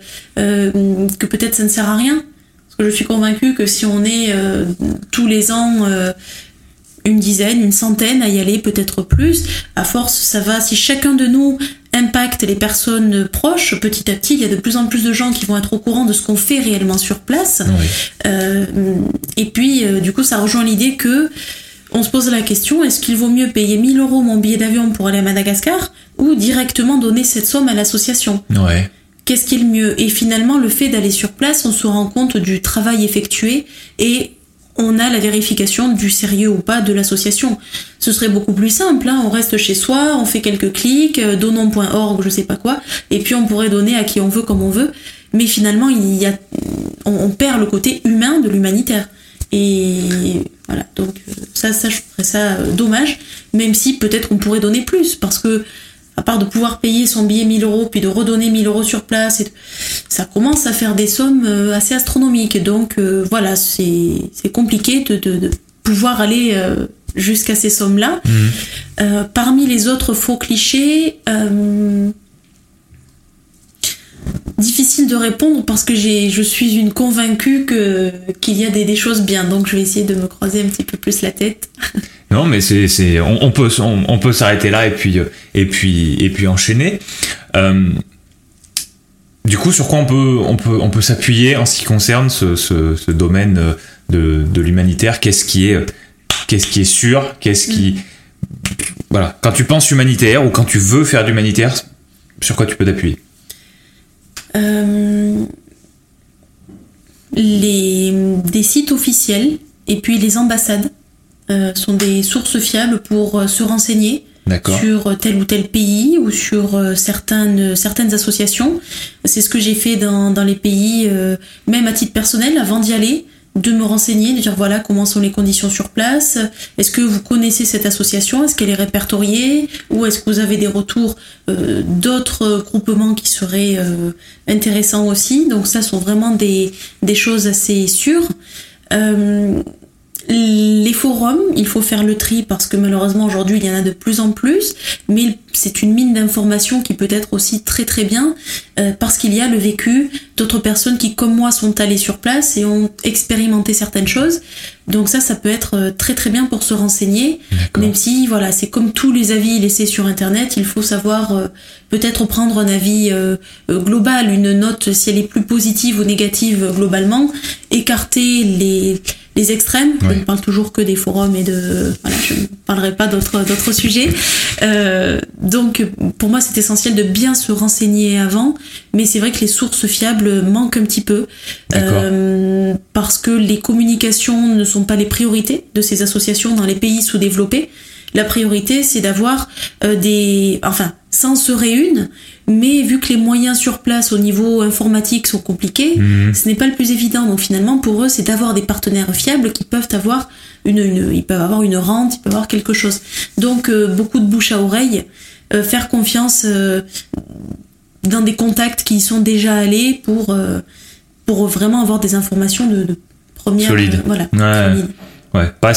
que peut-être ça ne sert à rien. Parce que je suis convaincue que si on est tous les ans une dizaine, une centaine à y aller, peut-être plus, à force, ça va. Si chacun de nous impacte les personnes proches, petit à petit, il y a de plus en plus de gens qui vont être au courant de ce qu'on fait réellement sur place. Oui. Et puis, du coup, ça rejoint l'idée que on se pose la question, est-ce qu'il vaut mieux payer 1 000 € mon billet d'avion pour aller à Madagascar ou directement donner cette somme à l'association ? Ouais. Qu'est-ce qui est le mieux ? Et finalement, le fait d'aller sur place, on se rend compte du travail effectué et on a la vérification du sérieux ou pas de l'association. Ce serait beaucoup plus simple, hein. On reste chez soi, on fait quelques clics, donnons.org, je sais pas quoi, et puis on pourrait donner à qui on veut, comme on veut, mais finalement on perd le côté humain de l'humanitaire. Et voilà, donc ça je trouverais ça dommage, même si peut-être on pourrait donner plus, parce que à part de pouvoir payer son billet 1 000 € puis de redonner 1 000 € sur place, ça commence à faire des sommes assez astronomiques. Donc voilà, c'est compliqué de pouvoir aller jusqu'à ces sommes-là. Parmi les autres faux clichés, difficile de répondre parce que je suis une convaincue qu'il y a des choses bien. Donc je vais essayer de me creuser un petit peu plus la tête. Non, mais on peut s'arrêter là et puis enchaîner. Du coup, sur quoi on peut s'appuyer en ce qui concerne ce domaine de l'humanitaire ? Qu'est-ce qui est sûr ? Voilà. Quand tu penses humanitaire ou quand tu veux faire de l'humanitaire, sur quoi tu peux t'appuyer ? des sites officiels et puis les ambassades sont des sources fiables pour se renseigner. D'accord. Sur tel ou tel pays ou sur certaines associations. C'est ce que j'ai fait dans les pays, même à titre personnel, avant d'y aller, de me renseigner, de dire voilà comment sont les conditions sur place, est-ce que vous connaissez cette association, est-ce qu'elle est répertoriée, ou est-ce que vous avez des retours d'autres groupements qui seraient intéressants aussi. Donc ça sont vraiment des choses assez sûres. Les forums, il faut faire le tri parce que malheureusement aujourd'hui il y en a de plus en plus, mais c'est une mine d'informations qui peut être aussi très très bien parce qu'il y a le vécu d'autres personnes qui comme moi sont allées sur place et ont expérimenté certaines choses. Donc ça peut être très très bien pour se renseigner. D'accord. Même si voilà, c'est comme tous les avis laissés sur internet, il faut savoir peut-être prendre un avis global, une note si elle est plus positive ou négative globalement, écarter les extrêmes. Oui. Je ne parle toujours que des forums et je ne parlerai pas d'autres sujets. Donc, pour moi, c'est essentiel de bien se renseigner avant, mais c'est vrai que les sources fiables manquent un petit peu, parce que les communications ne sont pas les priorités de ces associations dans les pays sous-développés. La priorité, c'est d'avoir ça en serait une, mais vu que les moyens sur place au niveau informatique sont compliqués, ce n'est pas le plus évident. Donc finalement, pour eux, c'est d'avoir des partenaires fiables qui peuvent avoir ils peuvent avoir une rente, ils peuvent avoir quelque chose. Donc beaucoup de bouche à oreille, faire confiance dans des contacts qui y sont déjà allés pour vraiment avoir des informations de première solide. Solide. Ouais, pas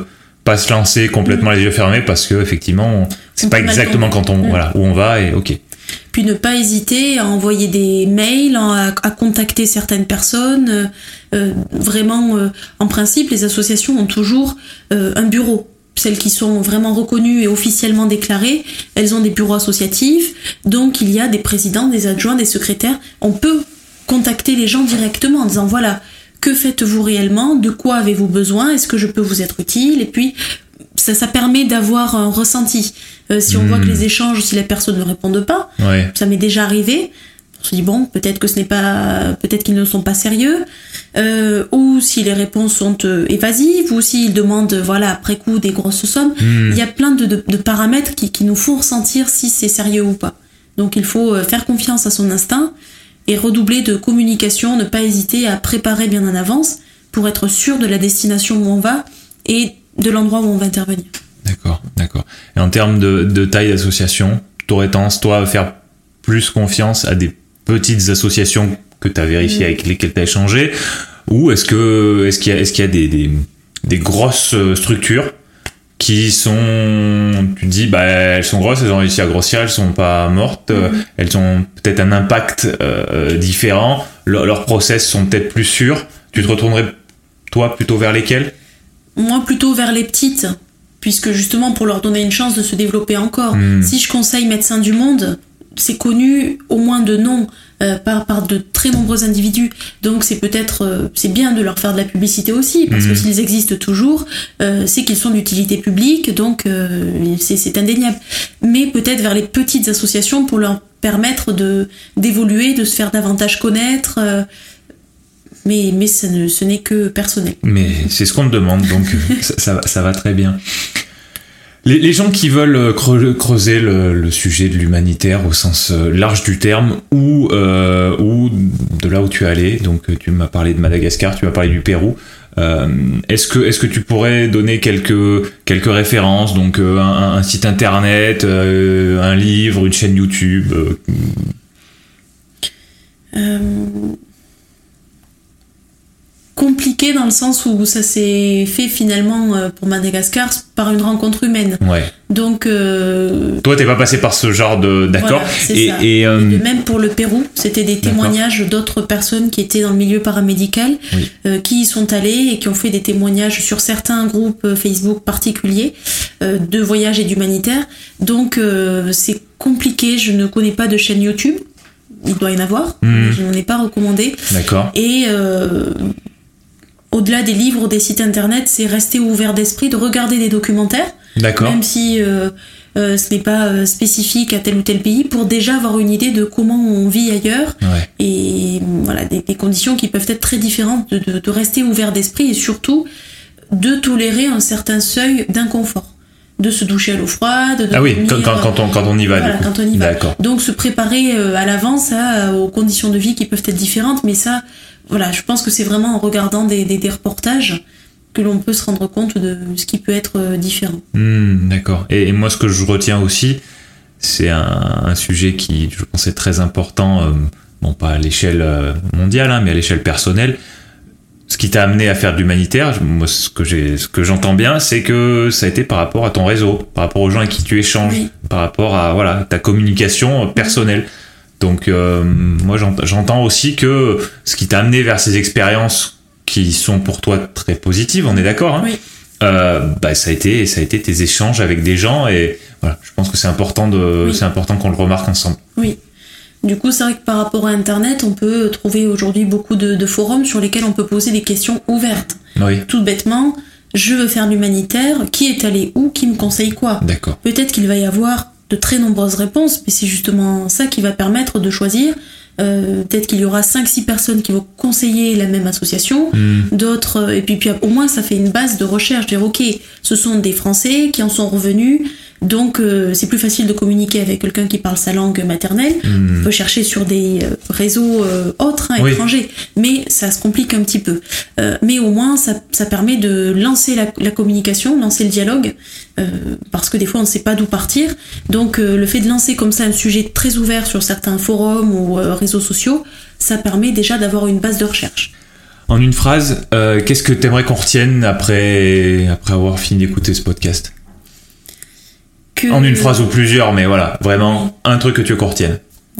se lancer complètement les yeux fermés parce que effectivement c'est pas exactement quand où on va et ok. Puis ne pas hésiter à envoyer des mails, à contacter certaines personnes. Vraiment, en principe, les associations ont toujours un bureau. Celles qui sont vraiment reconnues et officiellement déclarées, elles ont des bureaux associatifs. Donc il y a des présidents, des adjoints, des secrétaires. On peut contacter les gens directement en disant voilà, que faites-vous réellement? De quoi avez-vous besoin? Est-ce que je peux vous être utile? Et puis, ça permet d'avoir un ressenti. Si on voit que les échanges, si la personne ne répond pas, ça m'est déjà arrivé. On se dit bon, peut-être qu'ils ne sont pas sérieux, ou si les réponses sont évasives, ou s'ils demandent après coup des grosses sommes. Il y a plein de paramètres qui nous font ressentir si c'est sérieux ou pas. Donc il faut faire confiance à son instinct et redoubler de communication, ne pas hésiter à préparer bien en avance pour être sûr de la destination où on va et de l'endroit où on va intervenir. D'accord. Et en termes de taille d'association, t'aurais tendance, toi, à faire plus confiance à des petites associations que t'as vérifiées avec lesquelles t'as échangé, ou est-ce qu'il y a des grosses structures qui sont, tu te dis, elles sont grosses, elles ont réussi à grossir, elles sont pas mortes, elles ont peut-être un impact différent, leurs process sont peut-être plus sûrs. Tu te retournerais, toi, plutôt vers lesquelles? Moi, plutôt vers les petites, puisque justement, pour leur donner une chance de se développer encore. Si je conseille Médecins du Monde, c'est connu au moins de nom par de très nombreux individus, donc c'est bien de leur faire de la publicité aussi, parce que s'ils existent toujours, c'est qu'ils sont d'utilité publique, donc c'est indéniable. Mais peut-être vers les petites associations pour leur permettre d'évoluer, de se faire davantage connaître, mais ce n'est que personnel. Mais c'est ce qu'on te demande, donc ça va très bien. Les gens qui veulent creuser le sujet de l'humanitaire au sens large du terme, ou de là où tu es allé, donc tu m'as parlé de Madagascar, tu m'as parlé du Pérou, est-ce que tu pourrais donner quelques références, donc un site internet, un livre, une chaîne YouTube compliqué dans le sens où ça s'est fait finalement pour Madagascar par une rencontre humaine. Ouais. Donc toi t'es pas passé par ce genre d'accord. Voilà, c'est ça. Et même pour le Pérou, c'était des témoignages d'autres personnes qui étaient dans le milieu paramédical, qui y sont allées et qui ont fait des témoignages sur certains groupes Facebook particuliers de voyage et d'humanitaire. Donc c'est compliqué, je ne connais pas de chaîne YouTube. Il doit y en avoir, mais je n'en ai pas recommandé. D'accord. Et au-delà des livres ou des sites internet, c'est rester ouvert d'esprit, de regarder des documentaires. D'accord. Même si ce n'est pas spécifique à tel ou tel pays, pour déjà avoir une idée de comment on vit ailleurs. Ouais. Et voilà, des conditions qui peuvent être très différentes, de rester ouvert d'esprit et surtout de tolérer un certain seuil d'inconfort. De se doucher à l'eau froide. Ah oui, quand on y va. Voilà, du coup. quand on y va. D'accord. Donc se préparer à l'avance aux conditions de vie qui peuvent être différentes, mais ça, voilà, je pense que c'est vraiment en regardant des reportages que l'on peut se rendre compte de ce qui peut être différent. D'accord. Et moi, ce que je retiens aussi, c'est un sujet qui, je pense, est très important, bon, pas à l'échelle mondiale, hein, mais à l'échelle personnelle. Ce qui t'a amené à faire de l'humanitaire, moi, ce que j'entends bien, c'est que ça a été par rapport à ton réseau, par rapport aux gens avec qui tu échanges, Oui. par rapport à ta communication personnelle. Donc, moi, j'entends aussi que ce qui t'a amené vers ces expériences qui sont pour toi très positives, on est d'accord, hein, Oui. ça a été tes échanges avec des gens, et voilà, je pense que c'est important c'est important qu'on le remarque ensemble. Oui. Du coup, c'est vrai que par rapport à Internet, on peut trouver aujourd'hui beaucoup de forums sur lesquels on peut poser des questions ouvertes. Oui. Tout bêtement, je veux faire l'humanitaire, qui est allé où, qui me conseille quoi ? D'accord. Peut-être qu'il va y avoir de très nombreuses réponses, mais c'est justement ça qui va permettre de choisir. Peut-être qu'il y aura 5-6 personnes qui vont conseiller la même association, d'autres, et puis au moins ça fait une base de recherche, dire ok, ce sont des Français qui en sont revenus, donc c'est plus facile de communiquer avec quelqu'un qui parle sa langue maternelle. On peut chercher sur des réseaux autres, Oui. étrangers, mais ça se complique un petit peu. Mais au moins ça permet de lancer la communication, lancer le dialogue, parce que des fois on ne sait pas d'où partir. Donc le fait de lancer comme ça un sujet très ouvert sur certains forums ou réseaux sociaux, ça permet déjà d'avoir une base de recherche. En une phrase, qu'est-ce que t'aimerais qu'on retienne après avoir fini d'écouter ce podcast ? En une phrase ou plusieurs, mais voilà, vraiment un truc que tu veux qu'on retienne.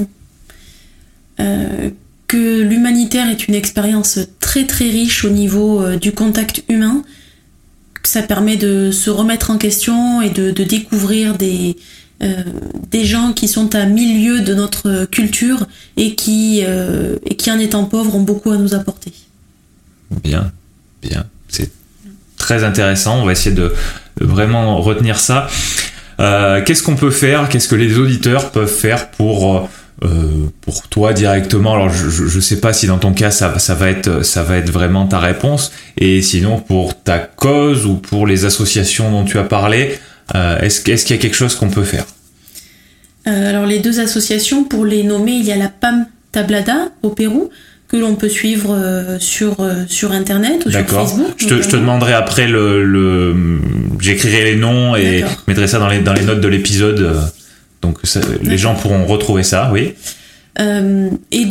Que l'humanitaire est une expérience très très riche au niveau du contact humain, que ça permet de se remettre en question et de découvrir des gens qui sont à 1000 lieues de notre culture et qui en étant pauvres ont beaucoup à nous apporter. Bien, c'est très intéressant, on va essayer de vraiment retenir ça. Qu'est-ce qu'on peut faire, qu'est-ce que les auditeurs peuvent faire pour toi directement? Alors je sais pas si dans ton cas ça va être vraiment ta réponse, et sinon pour ta cause ou pour les associations dont tu as parlé, est-ce qu'il y a quelque chose qu'on peut faire? Alors les deux associations, pour les nommer, il y a la PAM Tablada au Pérou, que l'on peut suivre sur Internet ou D'accord. sur Facebook. Je te demanderai après j'écrirai les noms et D'accord. je mettrai ça dans les notes de l'épisode. Donc ça, les gens pourront retrouver ça, oui. Et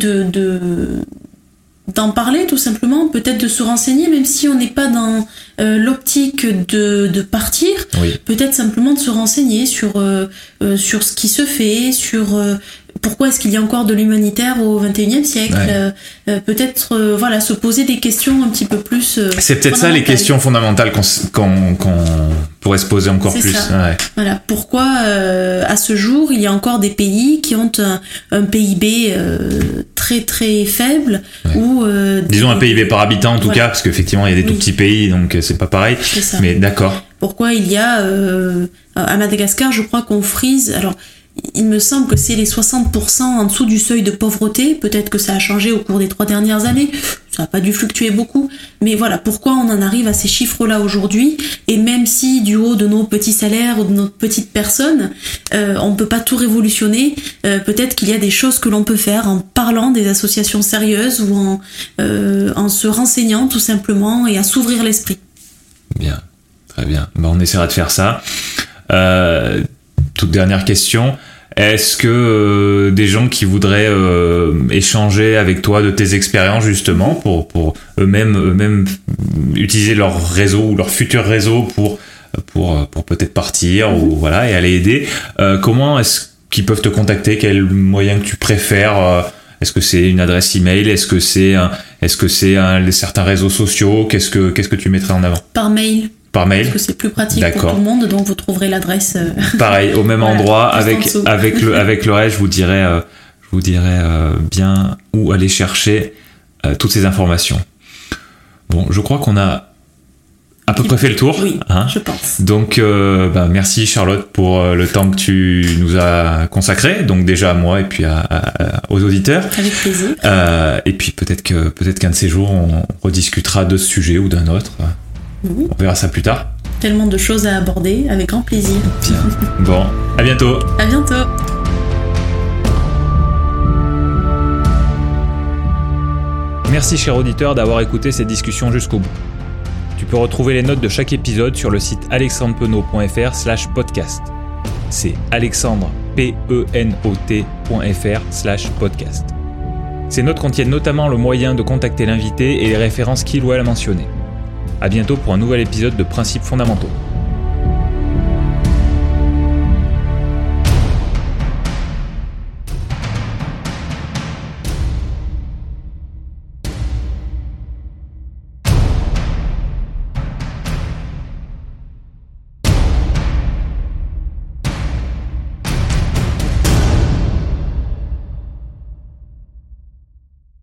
d'en parler tout simplement, peut-être de se renseigner, même si on n'est pas dans l'optique de partir, Oui. peut-être simplement de se renseigner sur ce qui se fait, sur pourquoi est-ce qu'il y a encore de l'humanitaire au XXIe siècle, peut-être voilà, se poser des questions un petit peu plus c'est peut-être ça les questions fondamentales qu'on pourrait se poser encore c'est plus. ça. Ouais. Voilà, pourquoi à ce jour il y a encore des pays qui ont un PIB très très faible, ou Disons un PIB par habitant en tout Voilà. cas, parce qu'effectivement il y a des tout petits pays, donc c'est pas pareil. C'est ça. Mais d'accord. Pourquoi il y a à Madagascar, je crois qu'on frise, alors il me semble que c'est les 60% en dessous du seuil de pauvreté, peut-être que ça a changé au cours des 3 dernières années, ça n'a pas dû fluctuer beaucoup, mais voilà, pourquoi on en arrive à ces chiffres-là aujourd'hui, et même si du haut de nos petits salaires ou de nos petites personnes, on ne peut pas tout révolutionner, peut-être qu'il y a des choses que l'on peut faire en parlant des associations sérieuses ou en se renseignant tout simplement et à s'ouvrir l'esprit. Bien, très bien. On essaiera de faire ça. Toute dernière question. Est-ce que des gens qui voudraient échanger avec toi de tes expériences justement pour eux-mêmes utiliser leur réseau ou leur futur réseau pour peut-être partir ou voilà et aller aider, comment est-ce qu'ils peuvent te contacter? Quel moyen que tu préfères? Est-ce que c'est une adresse email? Est-ce que c'est certains réseaux sociaux? Qu'est-ce que tu mettrais en avant? Par mail. Par mail. Parce que c'est plus pratique D'accord. pour tout le monde, donc vous trouverez l'adresse. Pareil, au même Voilà, endroit, juste en dessous. avec le reste, je vous dirai bien où aller chercher toutes ces informations. Bon, je crois qu'on a à peu près fait le tour. Oui, je pense. Donc, merci Charlotte pour le temps que tu nous as consacré. Donc déjà à moi et puis aux auditeurs. Avec plaisir. Et puis peut-être qu'un de ces jours, on rediscutera de ce sujet ou d'un autre. Oui. On verra ça plus tard. Tellement de choses à aborder, avec grand plaisir. Bien. Bon, à bientôt. À bientôt. Merci cher auditeur d'avoir écouté cette discussion jusqu'au bout. Tu peux retrouver les notes de chaque épisode sur le site alexandrepenot.fr/podcast. C'est alexandrepenot.fr/podcast. Ces notes contiennent notamment le moyen de contacter l'invité et les références qu'il ou elle a mentionnées. À bientôt pour un nouvel épisode de Principes fondamentaux.